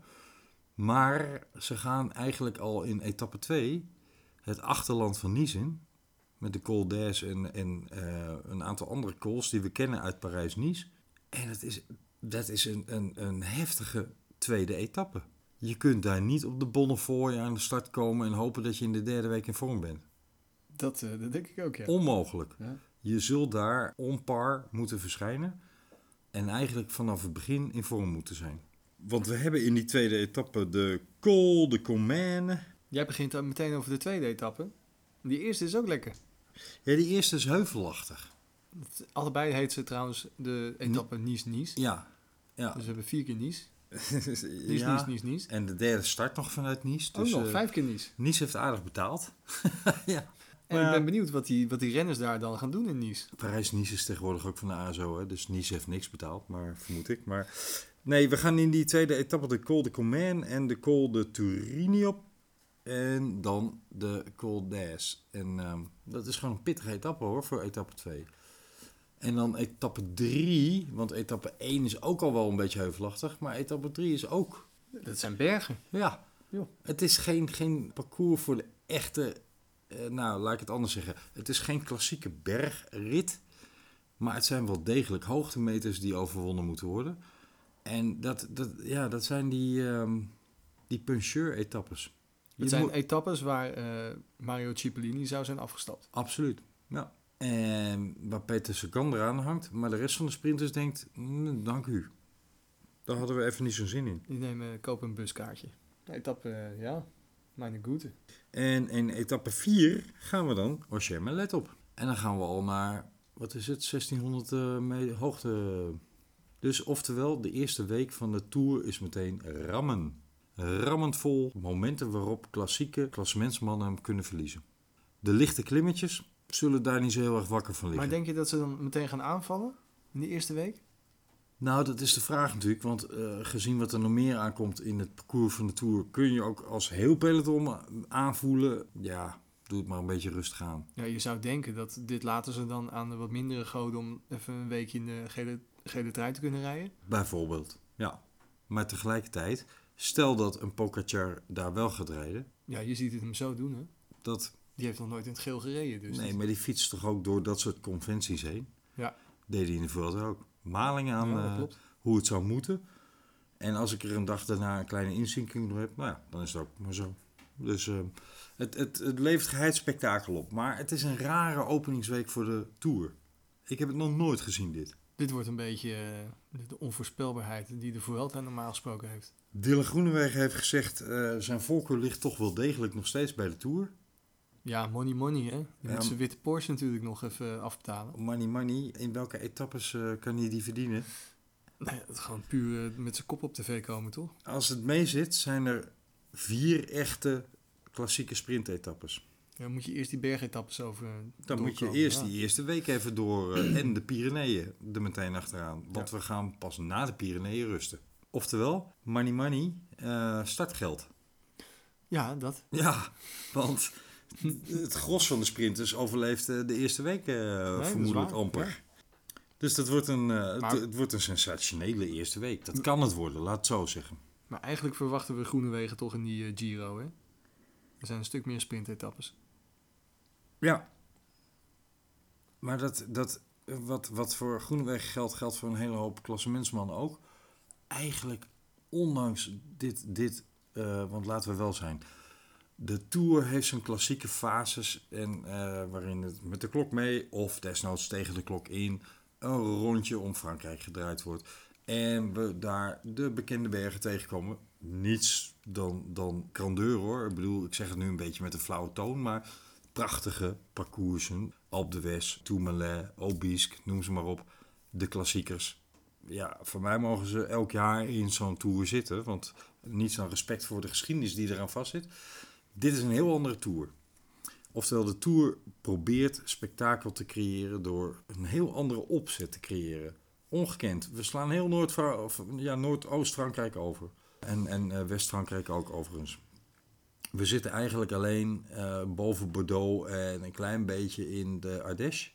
Maar ze gaan eigenlijk al in etappe twee het achterland van Nice in. Met de Col d'Aix en, en eh, een aantal andere cols die we kennen uit Parijs-Nice. En het is, dat is een, een, een heftige tweede etappe. Je kunt daar niet op de Bonnefoy aan de start komen en hopen dat je in de derde week in vorm bent. Dat, eh, dat denk ik ook, ja. Onmogelijk. Ja. Je zult daar on par moeten verschijnen en eigenlijk vanaf het begin in vorm moeten zijn. Want we hebben in die tweede etappe de Col de Comène. Jij begint dan meteen over de tweede etappe. Die eerste is ook lekker. Ja, die eerste is heuvelachtig. Het- allebei heet ze trouwens de etappe Nice-Nice. Ja. Ja. Dus we hebben vier keer Nice. Nice, Ja. Nice, Nice, Nice. En de derde start nog vanuit Nice. Ook Dus nog, eh, vijf keer Nice. Nice heeft aardig betaald. Ja. En Maar ik ja. ben benieuwd wat die, wat die renners daar dan gaan doen in Nice. Parijs-Nice is tegenwoordig ook van de A S O, hè? Dus Nice heeft niks betaald, maar vermoed ik. Maar nee, we gaan in die tweede etappe de Col de Comène en de Col de Turini op. En dan de Col d'Aix. En ehm, dat is gewoon een pittige etappe hoor, voor etappe twee. En dan etappe drie, want etappe één is ook al wel een beetje heuvelachtig, maar etappe drie is ook, Dat zijn bergen. ja, Jo. het is geen, geen parcours voor de echte, eh, nou laat ik het anders zeggen, het is geen klassieke bergrit, maar het zijn wel degelijk hoogtemeters die overwonnen moeten worden. En dat, dat, ja, dat zijn die, ehm, die puncheur-etappes. Je Het zijn moet- etappes waar eh, Mario Cipollini zou zijn afgestapt. Absoluut, ja. En waar Peter Sagan eraan hangt, maar de rest van de sprinters denkt, "Mm, dank u. Daar hadden we even niet zo'n zin in. Die nemen, kopen een buskaartje. De etappe, eh, ja, mijn goede. En in etappe vier gaan we dan Auchet-Melet op. En dan gaan we al naar, wat is het, zestienhonderd uh, me- hoogte. Dus oftewel, de eerste week van de Tour is meteen rammen. Rammend vol momenten waarop klassieke klassementsmannen hem kunnen verliezen. De lichte klimmetjes zullen daar niet zo heel erg wakker van liggen. Maar denk je dat ze dan meteen gaan aanvallen in die eerste week? Nou, dat is de vraag natuurlijk, want eh, gezien wat er nog meer aankomt in het parcours van de Tour, kun je ook als heel peloton aanvoelen, ja, doe het maar een beetje rustig aan. Ja, je zou denken dat dit laten ze dan aan de wat mindere goden om even een weekje in de gele, gele trui te kunnen rijden. Bijvoorbeeld, ja. Maar tegelijkertijd, stel dat een Pogacar daar wel gaat rijden, Ja, je ziet het hem zo doen, hè. dat, Die heeft nog nooit in het geel gereden, dus... nee, dat- maar die fietst toch ook door dat soort conventies heen? Ja. Deed hij in de Vuelta ook. Malingen aan Ja, dat eh, klopt. hoe het zou moeten. En als ik er een dag daarna een kleine inzinking door heb, nou ja, dan is het ook maar zo. Dus eh, het, het, het levert geheid spektakel op. Maar het is een rare openingsweek voor de Tour. Ik heb het nog nooit gezien, dit. Dit wordt een beetje eh, de onvoorspelbaarheid die de Vuelta normaal gesproken heeft. Dylan Groenewegen heeft gezegd, eh, zijn voorkeur ligt toch wel degelijk nog steeds bij de Tour. Ja, money money, hè. Je Ja, moet zijn witte Porsche natuurlijk nog even afbetalen. Money money, in welke etappes eh, kan hij die verdienen? Nee, het is gewoon puur eh, met zijn kop op tv komen, toch? Als het mee zit, zijn er vier echte klassieke sprintetappes. Dan moet je eerst die bergetappes over Dan moet je doorkomen, eerst ja. die eerste week even door eh, en de Pyreneeën er meteen achteraan. Want Ja. we gaan pas na de Pyreneeën rusten. Oftewel, money money, eh, startgeld. Ja, dat. Ja, want het gros van de sprinters overleeft eh, de eerste week eh, is vermoedelijk waar, amper. ja. Dus dat wordt een, uh, Maar- het, het wordt een sensationele eerste week. Dat kan het worden, laat het zo zeggen. Maar eigenlijk verwachten we Groenewegen toch in die eh, Giro, hè? Er zijn een stuk meer sprintetappes. Ja. Maar dat, dat, wat, wat voor Groenewegen geldt, geldt voor een hele hoop klassementsmannen ook. Eigenlijk, ondanks dit, dit uh, want laten we wel zijn, de Tour heeft zijn klassieke fases en, uh, waarin het met de klok mee of desnoods tegen de klok in een rondje om Frankrijk gedraaid wordt. En we daar de bekende bergen tegenkomen. Niets dan, dan grandeur hoor. Ik bedoel, ik zeg het nu een beetje met een flauwe toon, maar prachtige parcoursen. Alpe d'Huez, Tourmalet, Aubisque, noem ze maar op. De klassiekers. Ja, voor mij mogen ze elk jaar in zo'n Tour zitten, want niets dan respect voor de geschiedenis die eraan vastzit. Dit is een heel andere Tour. Oftewel, de Tour probeert spektakel te creëren door een heel andere opzet te creëren. Ongekend. We slaan heel Noord- of, ja, Noordoost-Frankrijk over. En, en uh, West-Frankrijk ook overigens. We zitten eigenlijk alleen uh, boven Bordeaux en een klein beetje in de Ardèche.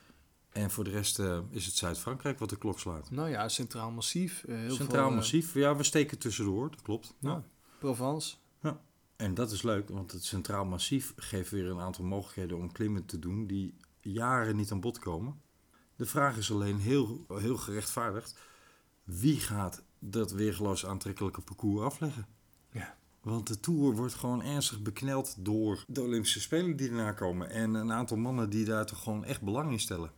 En voor de rest uh, is het Zuid-Frankrijk wat de klok slaat. Nou ja, Centraal Massief. Uh, heel Centraal veel, uh, Massief, ja, we steken tussendoor, dat klopt. Ja. Ja. Provence. Ja. En dat is leuk, want het Centraal Massief geeft weer een aantal mogelijkheden om klimmen te doen die jaren niet aan bod komen. De vraag is alleen heel, heel gerechtvaardigd, wie gaat dat weergeloos aantrekkelijke parcours afleggen? Ja. Want de Tour wordt gewoon ernstig bekneld door de Olympische Spelen die erna komen. En een aantal mannen die daar toch gewoon echt belang in stellen.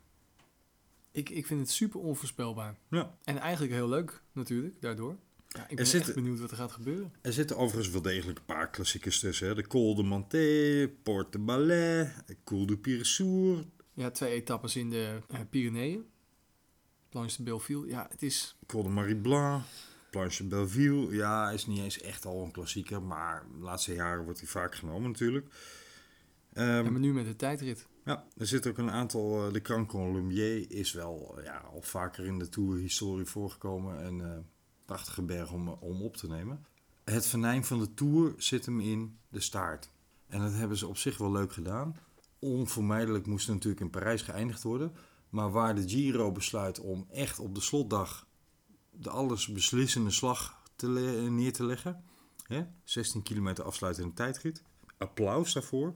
Ik, ik vind het super onvoorspelbaar. Ja. En eigenlijk heel leuk natuurlijk, daardoor. Ja, ik ben zit- echt benieuwd wat er gaat gebeuren. Er zitten overigens wel degelijk een paar klassiekers tussen. Hè? De Col de Mantet, Porte de Balais, Col de Piressour, Ja, twee etappes in de uh, Pyreneeën. Langs de Belleville. Ja, het is... Col de Marie Blanc, Planche Belleville. Ja, is niet eens echt al een klassieker, maar de laatste jaren wordt hij vaak genomen natuurlijk. Ehm, Ja, maar nu met de tijdrit. Ja, er zit ook een aantal. Uh, de Grand Colombier is wel uh, ja, al vaker in de Tour-historie voorgekomen. En uh, prachtige berg om, om op te nemen. Het venijn van de Tour zit hem in de staart. En dat hebben ze op zich wel leuk gedaan. Onvermijdelijk moest het natuurlijk in Parijs geëindigd worden. Maar waar de Giro besluit om echt op de slotdag de alles beslissende slag te le- neer te leggen. Hè? zestien kilometer afsluitende tijdrit. Applaus daarvoor.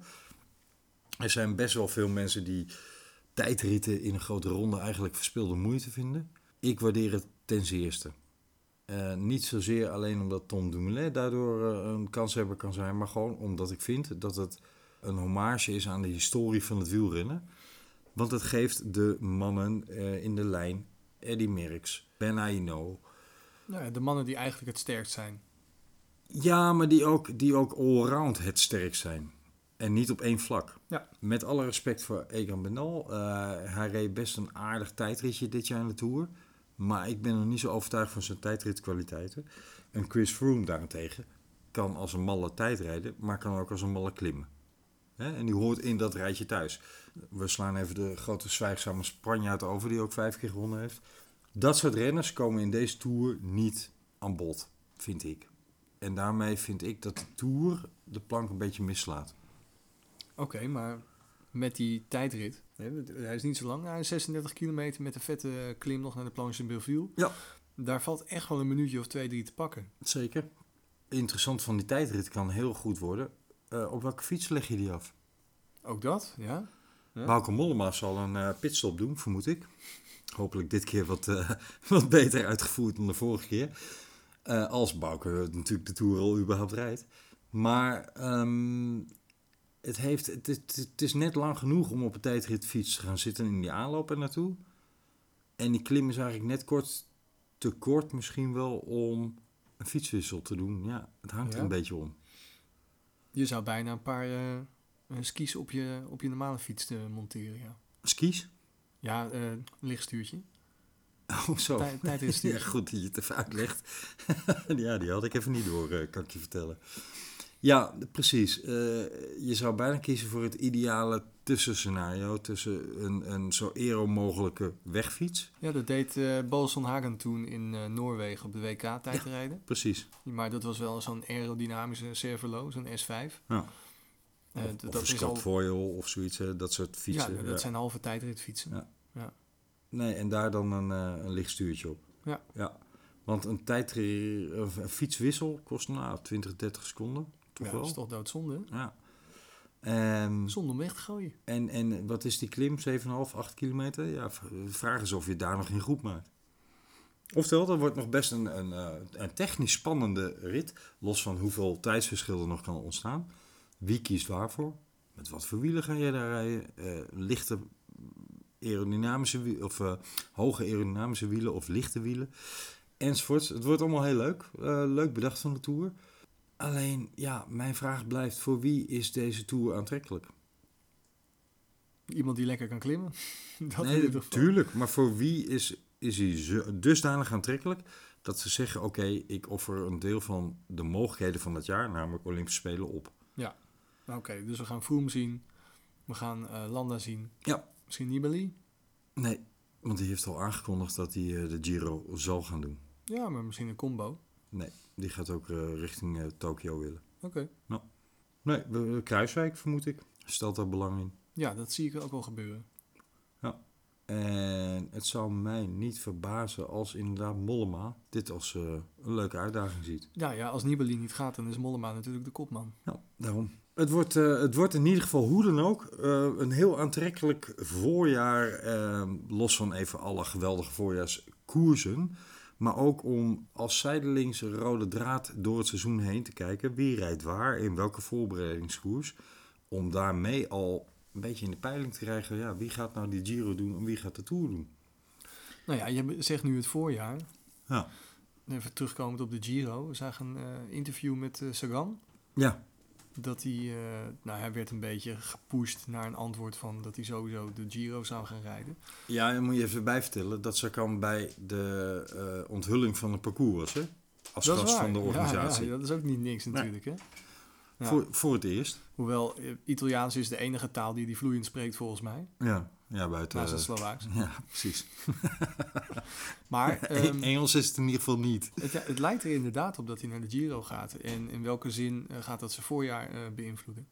Er zijn best wel veel mensen die tijdritten in een grote ronde eigenlijk verspilde moeite vinden. Ik waardeer het ten zeerste. Uh, niet zozeer alleen omdat Tom Dumoulin daardoor uh, een kanshebber kan zijn, maar gewoon omdat ik vind dat het een hommage is aan de historie van het wielrennen. Want het geeft de mannen uh, in de lijn, Eddy Merckx, Ben Hinault. Nou ja, de mannen die eigenlijk het sterkst zijn. Ja, maar die ook, die ook allround het sterkst zijn. En niet op één vlak. Ja. Met alle respect voor Egan Bernal. Uh, hij reed best een aardig tijdritje dit jaar in de Tour. Maar ik ben nog niet zo overtuigd van zijn tijdritkwaliteiten. En Chris Froome daarentegen kan als een malle tijd rijden, maar kan ook als een malle klimmen. Hè? En die hoort in dat rijtje thuis. We slaan even de grote zwijgzame Spanjaard over, die ook vijf keer gewonnen heeft. Dat soort renners komen in deze Tour niet aan bod, vind ik. En daarmee vind ik dat de Tour de plank een beetje mislaat. Oké, okay, maar met die tijdrit, hè, hij is niet zo lang, hij is zesendertig kilometer met een vette klim nog naar de Planche de Belleville. Ja. Daar valt echt wel een minuutje of twee, drie te pakken. Zeker. Interessant van die tijdrit kan heel goed worden. Uh, op welke fiets leg je die af? Ook dat, ja. ja. Bauke Mollema zal een uh, pitstop doen, vermoed ik. Hopelijk dit keer wat, uh, wat beter uitgevoerd dan de vorige keer. Uh, als Bauke natuurlijk de Tour al überhaupt rijdt. Maar um, het, heeft, het, het, het is net lang genoeg om op een tijdritfiets te gaan zitten in die aanloop er naartoe. En die klim is eigenlijk net kort, te kort misschien wel om een fietswissel te doen. Ja, het hangt ja. er een beetje om. Je zou bijna een paar uh, skis op je, op je normale fiets te monteren, ja. Skis? Ja, uh, lichtstuurtje. Oh, zo. Tij- tijdritstuurtje. Ja, goed dat je het even uitlegt. Ja, die had ik even niet door, uh, kan ik je vertellen. Ja, precies. Uh, je zou bijna kiezen voor het ideale tussenscenario tussen een, een zo aero mogelijke wegfiets. Ja, dat deed uh, Boas van Hagen toen in uh, Noorwegen op de W K-tijdrijden. Ja, precies. Maar dat was wel zo'n aerodynamische Cervelo, zo'n S vijf. Ja. Uh, of d- of dat een is Scott al... Foil of zoiets, hè, dat soort fietsen. Ja, dat ja. zijn halve tijdritfietsen. Ja. Ja. nee, en daar dan een, uh, een lichtstuurtje op. Ja. ja. Want een tijd, een fietswissel kost nou twintig, dertig seconden. Toch ja, wel? dat is toch doodzonde? Ja. En, Zonde om weg te gooien. En, en wat is die klim? zeven komma vijf, acht kilometer? Ja, vraag is of je daar nog in groep maakt. Oftewel, dat wordt nog best een, een, een technisch spannende rit. Los van hoeveel tijdsverschil er nog kan ontstaan. Wie kiest waarvoor? Met wat voor wielen ga je daar rijden? Uh, lichte aerodynamische wielen, of uh, hoge aerodynamische wielen of lichte wielen. Enzovoorts. Het wordt allemaal heel leuk. Uh, leuk bedacht van de Tour. Alleen, ja, mijn vraag blijft, voor wie is deze Tour aantrekkelijk? Iemand die lekker kan klimmen? Dat nee, natuurlijk. Maar voor wie is, is hij dusdanig aantrekkelijk dat ze zeggen, oké, okay, ik offer een deel van de mogelijkheden van dat jaar, namelijk Olympische Spelen, op. Ja, oké. Okay, dus we gaan Froome zien. We gaan uh, Landa zien. Ja. Misschien Nibali? Nee, want die heeft al aangekondigd dat hij uh, de Giro zal gaan doen. Ja, maar misschien een combo. Nee, die gaat ook uh, richting uh, Tokio willen. Oké. Okay. Nou, nee, we, Kruiswijk vermoed ik. Stelt daar belang in. Ja, dat zie ik ook wel gebeuren. Ja. En het zou mij niet verbazen als inderdaad Mollema dit als uh, een leuke uitdaging ziet. Ja, ja, als Nibali niet gaat, dan is Mollema natuurlijk de kopman. Ja, daarom. Het wordt, uh, het wordt in ieder geval hoe dan ook uh, een heel aantrekkelijk voorjaar. Uh, los van even alle geweldige voorjaarskoersen. Maar ook om als zijdelings rode draad door het seizoen heen te kijken. Wie rijdt waar, in welke voorbereidingskoers. Om daarmee al een beetje in de peiling te krijgen. Ja, wie gaat nou die Giro doen en wie gaat de Tour doen? Nou ja, je zegt nu het voorjaar. Ja. Even terugkomend op de Giro. We zagen een uh, interview met uh, Sagan. Ja. Dat hij, uh, nou hij werd een beetje gepusht naar een antwoord van dat hij sowieso de Giro zou gaan rijden. Ja, dan moet je even bijvertellen dat Sagan bij de uh, onthulling van het parcours was, hè? Als dat gast van de organisatie. Ja, ja, dat is ook niet niks natuurlijk, nee. hè? Ja. Voor, voor het eerst. Hoewel, Italiaans is de enige taal die hij vloeiend spreekt volgens mij. Ja, ja buiten... Naast het Slovaaks. Ja, precies. Maar... Um, Engels is het in ieder geval niet. Het, ja, het lijkt er inderdaad op dat hij naar de Giro gaat. En in welke zin uh, gaat dat zijn voorjaar uh, beïnvloeden?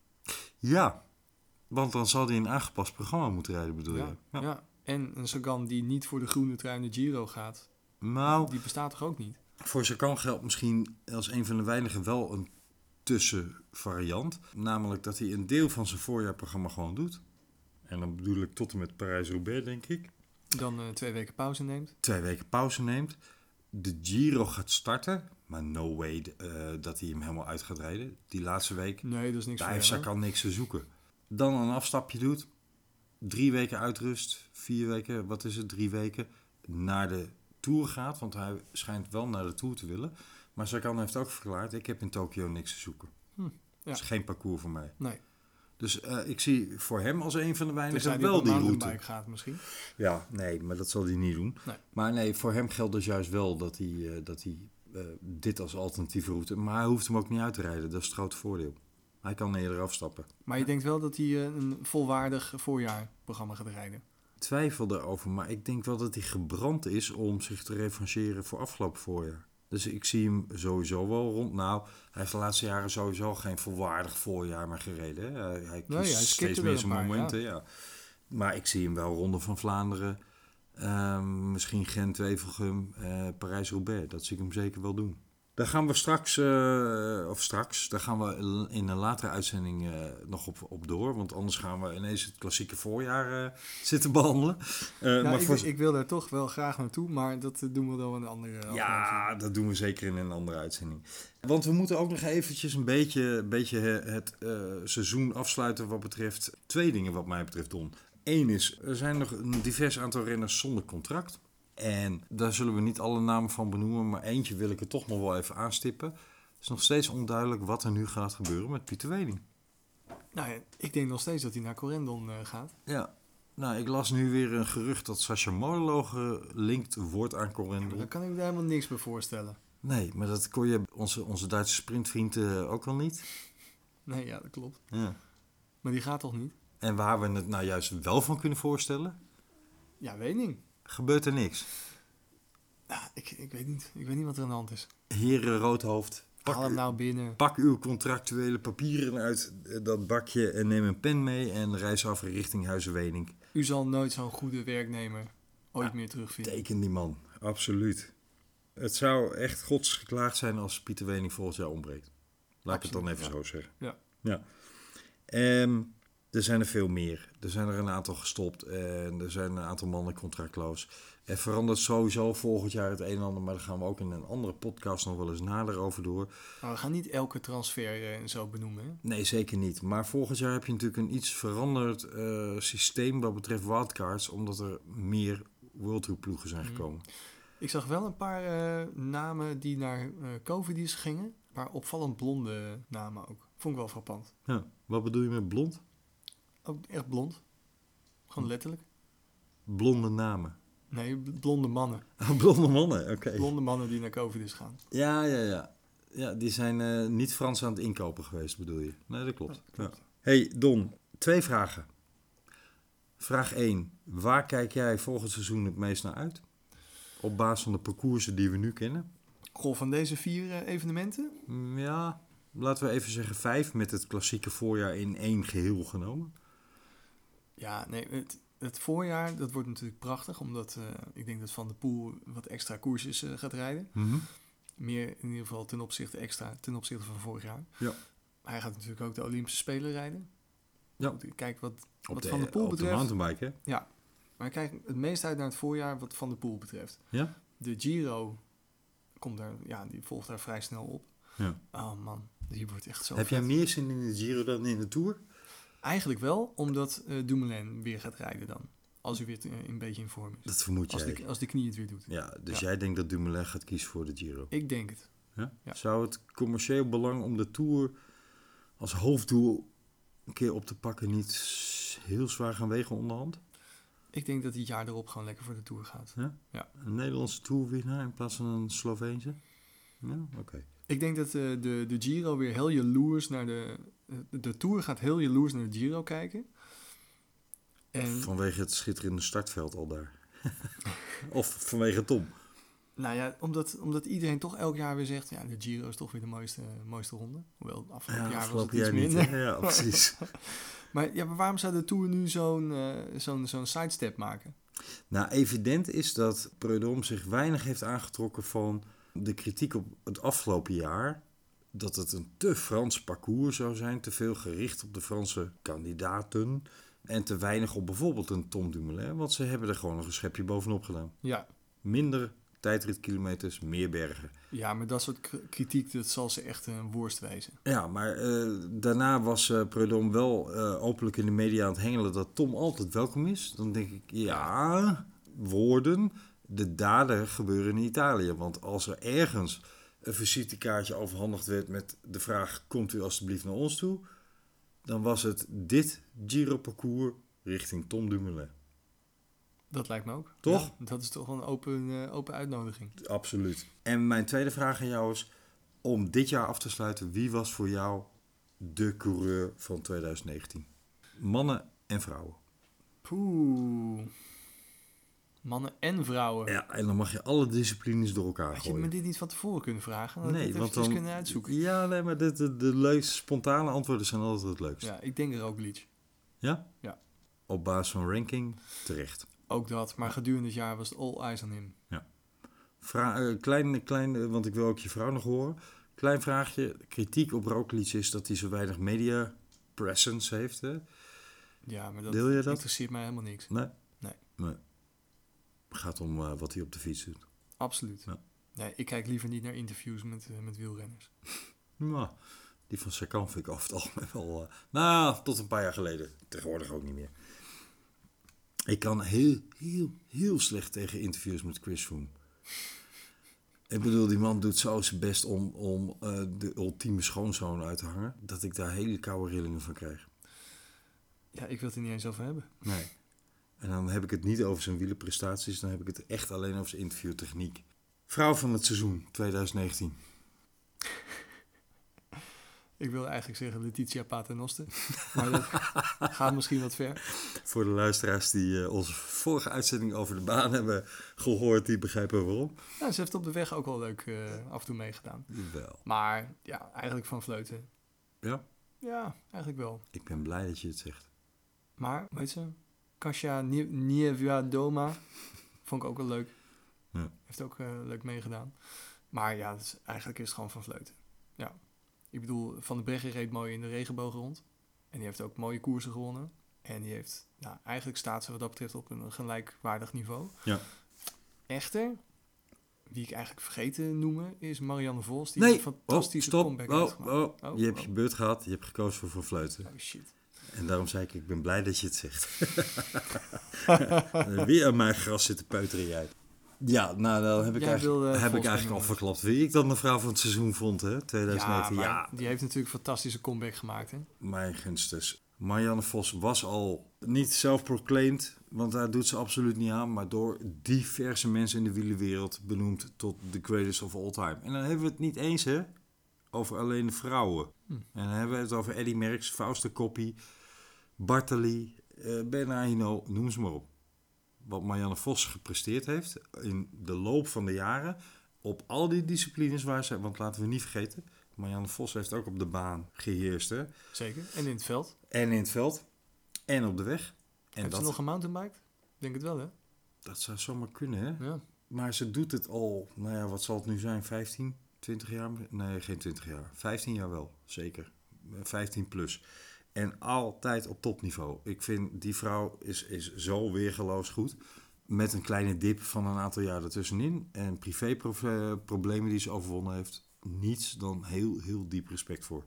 Ja, want dan zal hij een aangepast programma moeten rijden, bedoel ja, je? Ja. ja, en een Sagan die niet voor de groene trui naar de Giro gaat, nou, die bestaat toch ook niet? Voor Sagan geldt misschien als een van de weinigen wel een tussenvariant. Namelijk dat hij een deel van zijn voorjaarprogramma gewoon doet. En dan bedoel ik tot en met Parijs-Roubaix, denk ik. Dan uh, twee weken pauze neemt. Twee weken pauze neemt. De Giro gaat starten. Maar no way uh, dat hij hem helemaal uit gaat rijden. Die laatste week. Nee, dat is niks. Daar heeft Sagan niks te zoeken. Dan een afstapje doet. Drie weken uitrust. Vier weken, wat is het? Drie weken. Naar de Tour gaat. Want hij schijnt wel naar de Tour te willen. Maar Sagan heeft ook verklaard, ik heb in Tokio niks te zoeken. Hm, ja. Dat is geen parcours voor mij. Nee. Dus uh, ik zie voor hem als een van de weinigen dus wel die route. Gaat misschien. Ja, nee, maar dat zal hij niet doen. Nee. Maar nee, voor hem geldt dus juist wel dat hij, uh, dat hij uh, dit als alternatieve route... Maar hij hoeft hem ook niet uit te rijden, dat is het grote voordeel. Hij kan eerder afstappen. Maar je denkt wel dat hij uh, een volwaardig voorjaarprogramma gaat rijden? Ik twijfel daarover, maar ik denk wel dat hij gebrand is om zich te revancheren voor afgelopen voorjaar. Dus ik zie hem sowieso wel rond. Nou, hij heeft de laatste jaren sowieso geen volwaardig voorjaar meer gereden. Hè. Hij, hij kiest nee, hij steeds meer zijn paar, momenten. Ja. Ja. Maar ik zie hem wel Ronde van Vlaanderen. Uh, misschien Gent-Wevelgem, uh, Parijs-Roubaix. Dat zie ik hem zeker wel doen. Daar gaan we straks, uh, of straks, daar gaan we in een latere uitzending uh, nog op, op door. Want anders gaan we ineens het klassieke voorjaar uh, zitten behandelen. Uh, nou, maar ik, voor... ik wil daar toch wel graag naartoe, maar dat doen we dan in een andere aflevering. Ja, dat doen we zeker in een andere uitzending. Want we moeten ook nog eventjes een beetje, een beetje het uh, seizoen afsluiten wat betreft twee dingen wat mij betreft, Don. Eén is, er zijn nog een divers aantal renners zonder contract. En daar zullen we niet alle namen van benoemen, maar eentje wil ik er toch nog wel even aanstippen. Het is nog steeds onduidelijk wat er nu gaat gebeuren met Pieter Wening. Nou ja, ik denk nog steeds dat hij naar Corendon uh, gaat. Ja, nou ik las nu weer een gerucht dat Sascha Moleloog gelinkt wordt aan Corendon. Ja, daar kan ik me helemaal niks bij voorstellen. Nee, maar dat kon je onze, onze Duitse sprintvriend uh, ook wel niet. Nee, ja, dat klopt. Ja. Maar die gaat toch niet? En waar we het nou juist wel van kunnen voorstellen? Ja, Wening. Gebeurt er niks? Ja, ik, ik weet niet. Ik weet niet wat er aan de hand is. Heren Roodhoofd, pak, Haal hem nou binnen. Pak uw contractuele papieren uit dat bakje en neem een pen mee en reis af richting Huizen Wening. U zal nooit zo'n goede werknemer ooit Ja, meer terugvinden. Teken die man, absoluut. Het zou echt godsgeklaagd zijn als Pieter Wening volgend jaar ontbreekt. Laat ik het dan Absoluut, even ja. zo zeggen. Ja. ja. Ehm, er zijn er veel meer. Er zijn er een aantal gestopt en er zijn een aantal mannen contractloos. Er verandert sowieso volgend jaar het een en ander, maar daar gaan we ook in een andere podcast nog wel eens nader over door. Maar we gaan niet elke transfer uh, zo benoemen. Hè? Nee, zeker niet. Maar volgend jaar heb je natuurlijk een iets veranderd uh, systeem wat betreft wildcards, omdat er meer World Tour ploegen zijn gekomen. Mm. Ik zag wel een paar uh, namen die naar uh, Covidis gingen. Een paar opvallend blonde namen ook. Vond ik wel frappant. Ja, wat bedoel je met blond? Ook echt blond. Gewoon letterlijk. Blonde namen. Nee, blonde mannen. Oh, blonde mannen, oké. Okay. Blonde mannen die naar Covidis gaan. Ja, ja, ja. Ja, die zijn uh, niet Frans aan het inkopen geweest, bedoel je? Nee, dat klopt. Ja, klopt. Ja. Hey Don, twee vragen. Vraag één. Waar kijk jij volgend seizoen het meest naar uit? Op basis van de parcoursen die we nu kennen. Goh, van deze vier uh, evenementen? Mm, ja, laten we even zeggen vijf met het klassieke voorjaar in één geheel genomen. Ja, nee, het, het voorjaar, dat wordt natuurlijk prachtig. Omdat uh, ik denk dat Van der Poel wat extra koersjes uh, gaat rijden. Mm-hmm. Meer in ieder geval ten opzichte extra, ten opzichte van vorig jaar. Ja. Hij gaat natuurlijk ook de Olympische Spelen rijden. Ja. Goed, kijk, wat, Op wat de, Van der Poel op betreft... de mountainbike, hè? Ja, maar ik kijk het meest uit naar het voorjaar wat Van der Poel betreft. Ja? De Giro komt daar, ja, die volgt daar vrij snel op. Ja. Oh man, die wordt echt zo Heb vet. jij meer zin in de Giro dan in de Tour? Eigenlijk wel, omdat uh, Dumoulin weer gaat rijden dan. Als hij weer uh, een beetje in vorm is. Dat vermoed Als jij. de, als de knie het weer doet. Ja, dus Ja. jij denkt dat Dumoulin gaat kiezen voor de Giro? Ik denk het. Ja? Ja. Zou het commercieel belang om de Tour als hoofddoel een keer op te pakken niet heel zwaar gaan wegen onderhand? Ik denk dat hij het jaar erop gewoon lekker voor de Tour gaat. Ja? Ja. Een Nederlandse Tourwinnaar in plaats van een Sloveense? Ja, oké. Okay. Ik denk dat uh, de, de Giro weer heel jaloers naar de... Uh, de Tour gaat heel jaloers naar de Giro kijken. En, vanwege het schitterende startveld al daar. Of vanwege Tom. Nou ja, omdat, omdat iedereen toch elk jaar weer zegt... Ja, de Giro is toch weer de mooiste, mooiste ronde. Hoewel, afgelopen Ja, jaar afgelopen was het jaar iets niet. minder. Ja, precies. maar, ja, maar waarom zou de Tour nu zo'n, uh, zo'n, zo'n sidestep maken? Nou, evident is dat Prudhomme zich weinig heeft aangetrokken van de kritiek op het afgelopen jaar. Dat het een te Frans parcours zou zijn. Te veel gericht op de Franse kandidaten. En te weinig op bijvoorbeeld een Tom Dumoulin. Want ze hebben er gewoon nog een schepje bovenop gedaan. Ja. Minder tijdritkilometers, meer bergen. Ja, maar dat soort k- kritiek, dat zal ze echt een worst wezen. Ja, maar uh, daarna was uh, Prudhomme wel uh, openlijk in de media aan het hengelen dat Tom altijd welkom is. Dan denk ik, ja, woorden, de daden gebeuren in Italië. Want als er ergens een visitekaartje overhandigd werd met de vraag, komt u alstublieft naar ons toe? Dan was het dit Giro-parcours richting Tom Dumoulin. Dat lijkt me ook. Toch? Ja, dat is toch wel een open, uh, open uitnodiging. Absoluut. En mijn tweede vraag aan jou is, om dit jaar af te sluiten, wie was voor jou de coureur van twintig negentien? Mannen en vrouwen. Poeh. Mannen en vrouwen. Ja, en dan mag je alle disciplines door elkaar Had je gooien. me dit niet van tevoren kunnen vragen? Dan Nee, had ik want het dan... kunnen uitzoeken. Ja, nee, maar de, de, de leukste, spontane antwoorden zijn altijd het leukst. Ja, ik denk Roglic. Ja? Ja. Op basis van ranking, terecht. Ook dat, maar gedurende het jaar was het all eyes on him. Ja. Vra- uh, klein, klein, uh, want ik wil ook je vrouw nog horen. Klein vraagje. Kritiek op Roglic is dat hij zo weinig media presence heeft. Hè? Ja, maar dat, Deel je dat? interesseert mij helemaal niks. Nee? Nee. Nee. Het gaat om uh, wat hij op de fiets doet. Absoluut. Ja. Nee, ik kijk liever niet naar interviews met, uh, met wielrenners. Nou, die van Sagan vind ik over het algemeen wel... Uh, nou, tot een paar jaar geleden. Tegenwoordig ook niet meer. Ik kan heel, heel, heel slecht tegen interviews met Chris Froome. Ik bedoel, die man doet zo zijn best om, om uh, de ultieme schoonzoon uit te hangen, dat ik daar hele koude rillingen van krijg. Ja, ik wil het er niet eens over hebben. Nee. En dan heb ik het niet over zijn wielerprestaties, dan heb ik het echt alleen over zijn interviewtechniek. Vrouw van het seizoen twintig negentien. Ik wil eigenlijk zeggen Letitia Paternoster. Maar dat gaat misschien wat ver. Voor de luisteraars die uh, onze vorige uitzending over de baan hebben gehoord, die begrijpen waarom. Nou, ze heeft op de weg ook wel leuk uh, af en toe meegedaan. Wel. Maar ja, eigenlijk van Vleuten. Ja? Ja, eigenlijk wel. Ik ben blij dat je het zegt. Maar, weet ze, Kasia Niewiadoma vond ik ook wel leuk. Ja. Heeft ook uh, leuk meegedaan. Maar ja, het is, eigenlijk is het gewoon Van Vleuten. Ja. Ik bedoel, Van der Breggen reed mooi in de regenboog rond. En die heeft ook mooie koersen gewonnen. En die heeft, nou, eigenlijk staat ze wat dat betreft op een gelijkwaardig niveau. Ja. Echter, wie ik eigenlijk vergeten noemen, is Marianne Vos. Die Nee, een fantastische oh, stop. comeback Oh, heeft gemaakt. oh. Oh, Je hebt oh. je beurt gehad, je hebt gekozen voor Van Vleuten. Oh shit. En daarom zei ik, ik ben blij dat je het zegt. Weer aan mijn gras zitten peuteren jij. Ja, nou dan heb ik, Jij eigenlijk, wilde heb ik Vos eigenlijk al benoemen. verklapt wie ik dan de vrouw van het seizoen vond, hè? twintig negentien. Ja, Ja, maar die heeft natuurlijk een fantastische comeback gemaakt, hè? mijn gunstes. Marianne Vos was al niet self-proclaimed, want daar doet ze absoluut niet aan, maar door diverse mensen in de wielerwereld benoemd tot the greatest of all time. En dan hebben we het niet eens, hè, over alleen de vrouwen. Hm. En dan hebben we het over Eddy Merckx, Fausto Coppi, Bartali, uh, Bernard Hinault, noem ze maar op. Wat Marianne Vos gepresteerd heeft in de loop van de jaren op al die disciplines waar ze, want laten we niet vergeten, Marianne Vos heeft ook op de baan geheerst, hè? Zeker. En in het veld. En in het veld. En op de weg. En Heeft dat, ze nog gemountainbiked? Ik denk het wel, hè? dat zou zomaar kunnen, hè? Ja. Maar ze doet het al, nou ja, wat zal het nu zijn? vijftien, twintig jaar? Nee, geen twintig jaar. vijftien jaar wel, zeker. vijftien plus. En altijd op topniveau. Ik vind, die vrouw is, is zo weergeloos goed. Met een kleine dip van een aantal jaar ertussenin. En privéproblemen die ze overwonnen heeft. Niets dan heel, heel diep respect voor.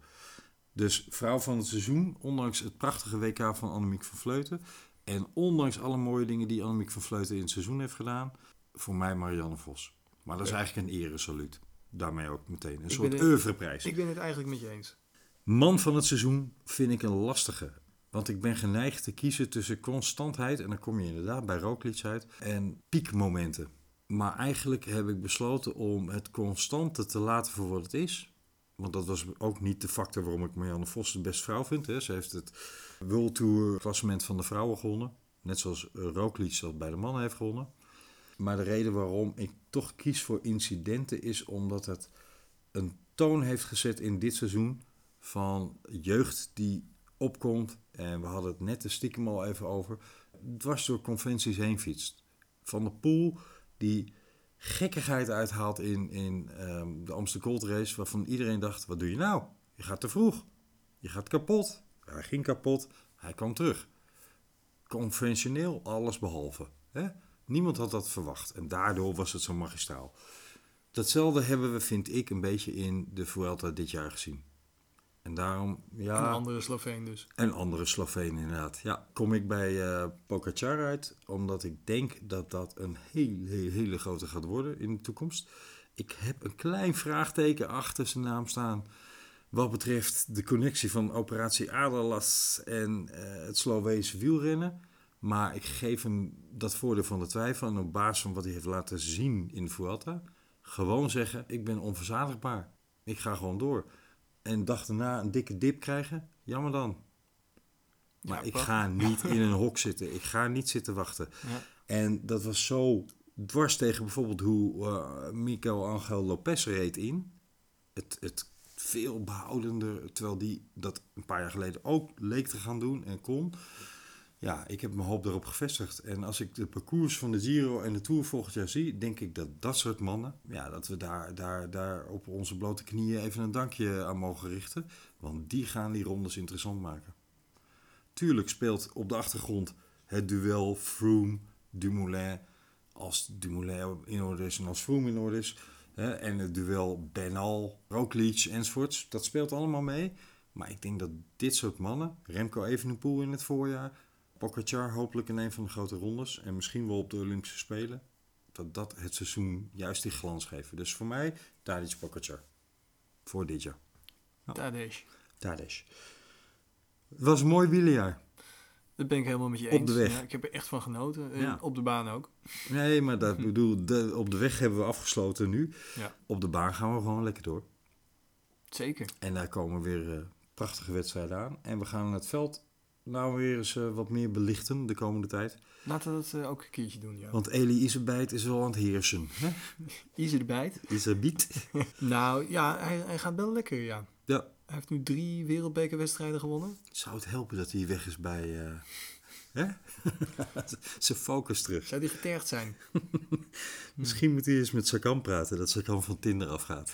Dus vrouw van het seizoen, ondanks het prachtige W K van Annemiek van Vleuten. En ondanks alle mooie dingen die Annemiek van Vleuten in het seizoen heeft gedaan. Voor mij Marianne Vos. Maar dat is eigenlijk een eresaluut. Daarmee ook meteen. Een Ik soort ben het- oeuvreprijs. Ik ben het eigenlijk met je eens. Man van het seizoen vind ik een lastige. Want ik ben geneigd te kiezen tussen constantheid, en dan kom je inderdaad bij Roglic uit, en piekmomenten. Maar eigenlijk heb ik besloten om het constante te laten voor wat het is. Want dat was ook niet de factor waarom ik Marianne Vos de beste vrouw vind. Hè. Ze heeft het World Tour klassement van de vrouwen gewonnen. Net zoals Roglic dat bij de mannen heeft gewonnen. Maar de reden waarom ik toch kies voor incidenten is omdat het een toon heeft gezet in dit seizoen van jeugd die opkomt. En we hadden het net de stiekem al even over. Dwars door conventies heen fietst. Van der Poel die gekkigheid uithaalt in, in um, de Amsterdam Gold Race. Waarvan iedereen dacht, wat doe je nou? Je gaat te vroeg. Je gaat kapot. Hij ging kapot. Hij kwam terug. Conventioneel alles behalve. Hè? Niemand had dat verwacht. En daardoor was het zo magistraal. Datzelfde hebben we, vind ik, een beetje in de Vuelta dit jaar gezien. En daarom, ja... Een andere Sloveen dus. Een andere Sloveen, inderdaad. Ja, kom ik bij uh, Pogačar uit, omdat ik denk dat dat een hele, hele, hele grote gaat worden in de toekomst. Ik heb een klein vraagteken achter zijn naam staan wat betreft de connectie van Operatie Aderlas en uh, het Sloveense wielrennen. Maar ik geef hem dat voordeel van de twijfel en op basis van wat hij heeft laten zien in de Vuelta, gewoon zeggen, ik ben onverzadigbaar. Ik ga gewoon door. En dag daarna een dikke dip krijgen, jammer dan. Maar Ja, ik prachtig. ga niet in een hok zitten. Ik ga niet zitten wachten. Ja. En dat was zo dwars tegen bijvoorbeeld hoe uh, Miguel Angel Lopez reed in. Het, het veel behoudender, terwijl die dat een paar jaar geleden ook leek te gaan doen en kon. Ja, ik heb mijn hoop daarop gevestigd. En als ik de parcours van de Giro en de Tour volgend jaar zie, denk ik dat dat soort mannen, ja, dat we daar, daar, daar op onze blote knieën even een dankje aan mogen richten. Want die gaan die rondes interessant maken. Tuurlijk speelt op de achtergrond het duel Froome-Dumoulin, als Dumoulin in orde is en als Froome in orde is. Hè, en het duel Bernal, Roglic enzovoorts. Dat speelt allemaal mee. Maar ik denk dat dit soort mannen, Remco Evenepoel in het voorjaar, Pogačar hopelijk in een van de grote rondes en misschien wel op de Olympische Spelen, dat dat het seizoen juist die glans geven. Dus voor mij, Tadej Pogačar. Voor dit jaar. Ja. Tadej. Tadej. Het was een mooi wielerjaar. Dat ben ik helemaal met je Op eens. de weg. Ja, ik heb er echt van genoten. En Ja. op de baan ook. Nee, maar dat bedoel, de, op de weg hebben we afgesloten nu. Ja. Op de baan gaan we gewoon lekker door. Zeker. En daar komen weer uh, prachtige wedstrijden aan. En we gaan het veld nou weer eens uh, wat meer belichten de komende tijd. Laten we dat uh, ook een keertje doen, ja. Want Eli Iserbyt is wel aan het heersen. Hè? Easy erbij. Iserbyt. Nou, ja, hij, hij gaat wel lekker, ja. Ja. Hij heeft nu drie wereldbekerwedstrijden gewonnen. Zou het helpen dat hij weg is bij, uh, Hè? Zijn focus terug. Zou die getergd zijn? Misschien moet hij eens met Sakan praten, dat Sakan van Tinder afgaat.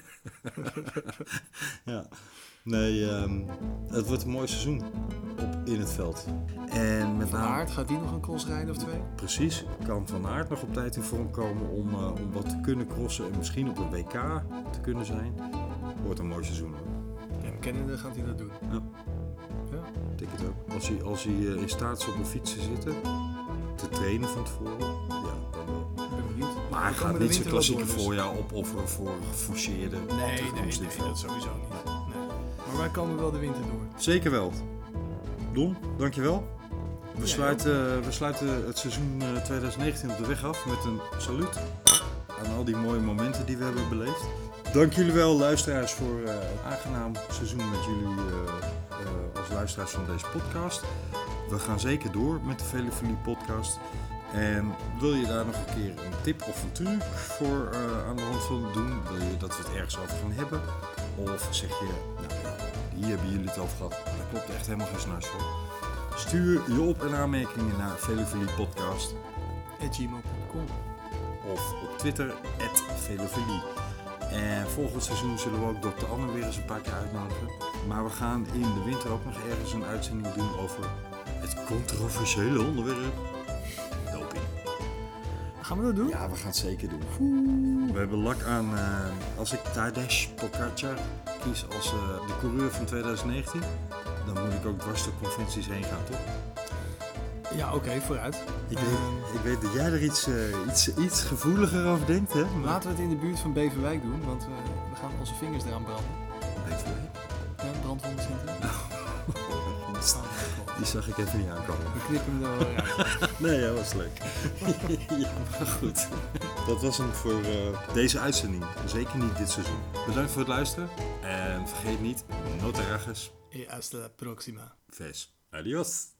Ja. Nee, um, het wordt een mooi seizoen op, in het veld. En met Van name, Aert, gaat die nog een cross rijden of twee? precies, kan Van Aert nog op tijd in vorm komen om, uh, om wat te kunnen crossen en misschien op een W K te kunnen zijn. Wordt een mooi seizoen. Ja, kennende gaat hij dat doen. Ja. Ja. Ik denk het ook. Als hij, als hij uh, in staat is op een fiets te zitten, te trainen van tevoren, ja, dan wel. Ik ben benieuwd. Maar hij We gaat komen de niet zijn winter wel klassieke door, dus- voorjaar opofferen voor geforceerde Nee, nee, terugkomst in nee, het veld. dat sowieso niet. Nee. Maar wij komen wel de winter door. Zeker wel. Don, dankjewel. We, Ja, sluiten, we sluiten het seizoen uh, twintig negentien op de weg af met een saluut aan al die mooie momenten die we hebben beleefd. Dank jullie wel, luisteraars, voor uh, een aangenaam seizoen met jullie uh, uh, als luisteraars van deze podcast. We gaan zeker door met de Velevolie podcast. En wil je daar nog een keer een tip of een truc voor uh, aan de hand van doen? Wil je dat we het ergens over gaan hebben? Of zeg je, nou ja, hier hebben jullie het over gehad. Daar klopt echt helemaal geen snars voor. Stuur je op- en aanmerkingen naar veleveliepodcast at gmail punt com. of op Twitter, at Velevelie. En volgend seizoen zullen we ook dokter Anne weer eens een paar keer uitnodigen. Maar we gaan in de winter ook nog ergens een uitzending doen over het controversiële onderwerp doping. Gaan we dat doen? Ja, we gaan het zeker doen. We hebben lak aan, uh, als ik Tadej Pogačar kies als uh, de coureur van twintig negentien, dan moet ik ook dwars door conventies heen gaan, toch? Ja, oké, okay, vooruit. Ik, Uh, weet, ik weet dat jij er iets, uh, iets, iets gevoeliger over denkt, hè? Maar... Laten we het in de buurt van Beverwijk doen, want uh, we gaan onze vingers eraan branden. Beverwijk? Ja, brandwondencentrum. Die zag ik even niet aankomen. We knippen hem er wel uit. Nee, dat was leuk. Ja, maar goed. Dat was hem voor uh, deze uitzending. Zeker niet dit seizoen. Bedankt voor het luisteren. En vergeet niet, no te rajes. Y hasta la próxima. Ves. Adios.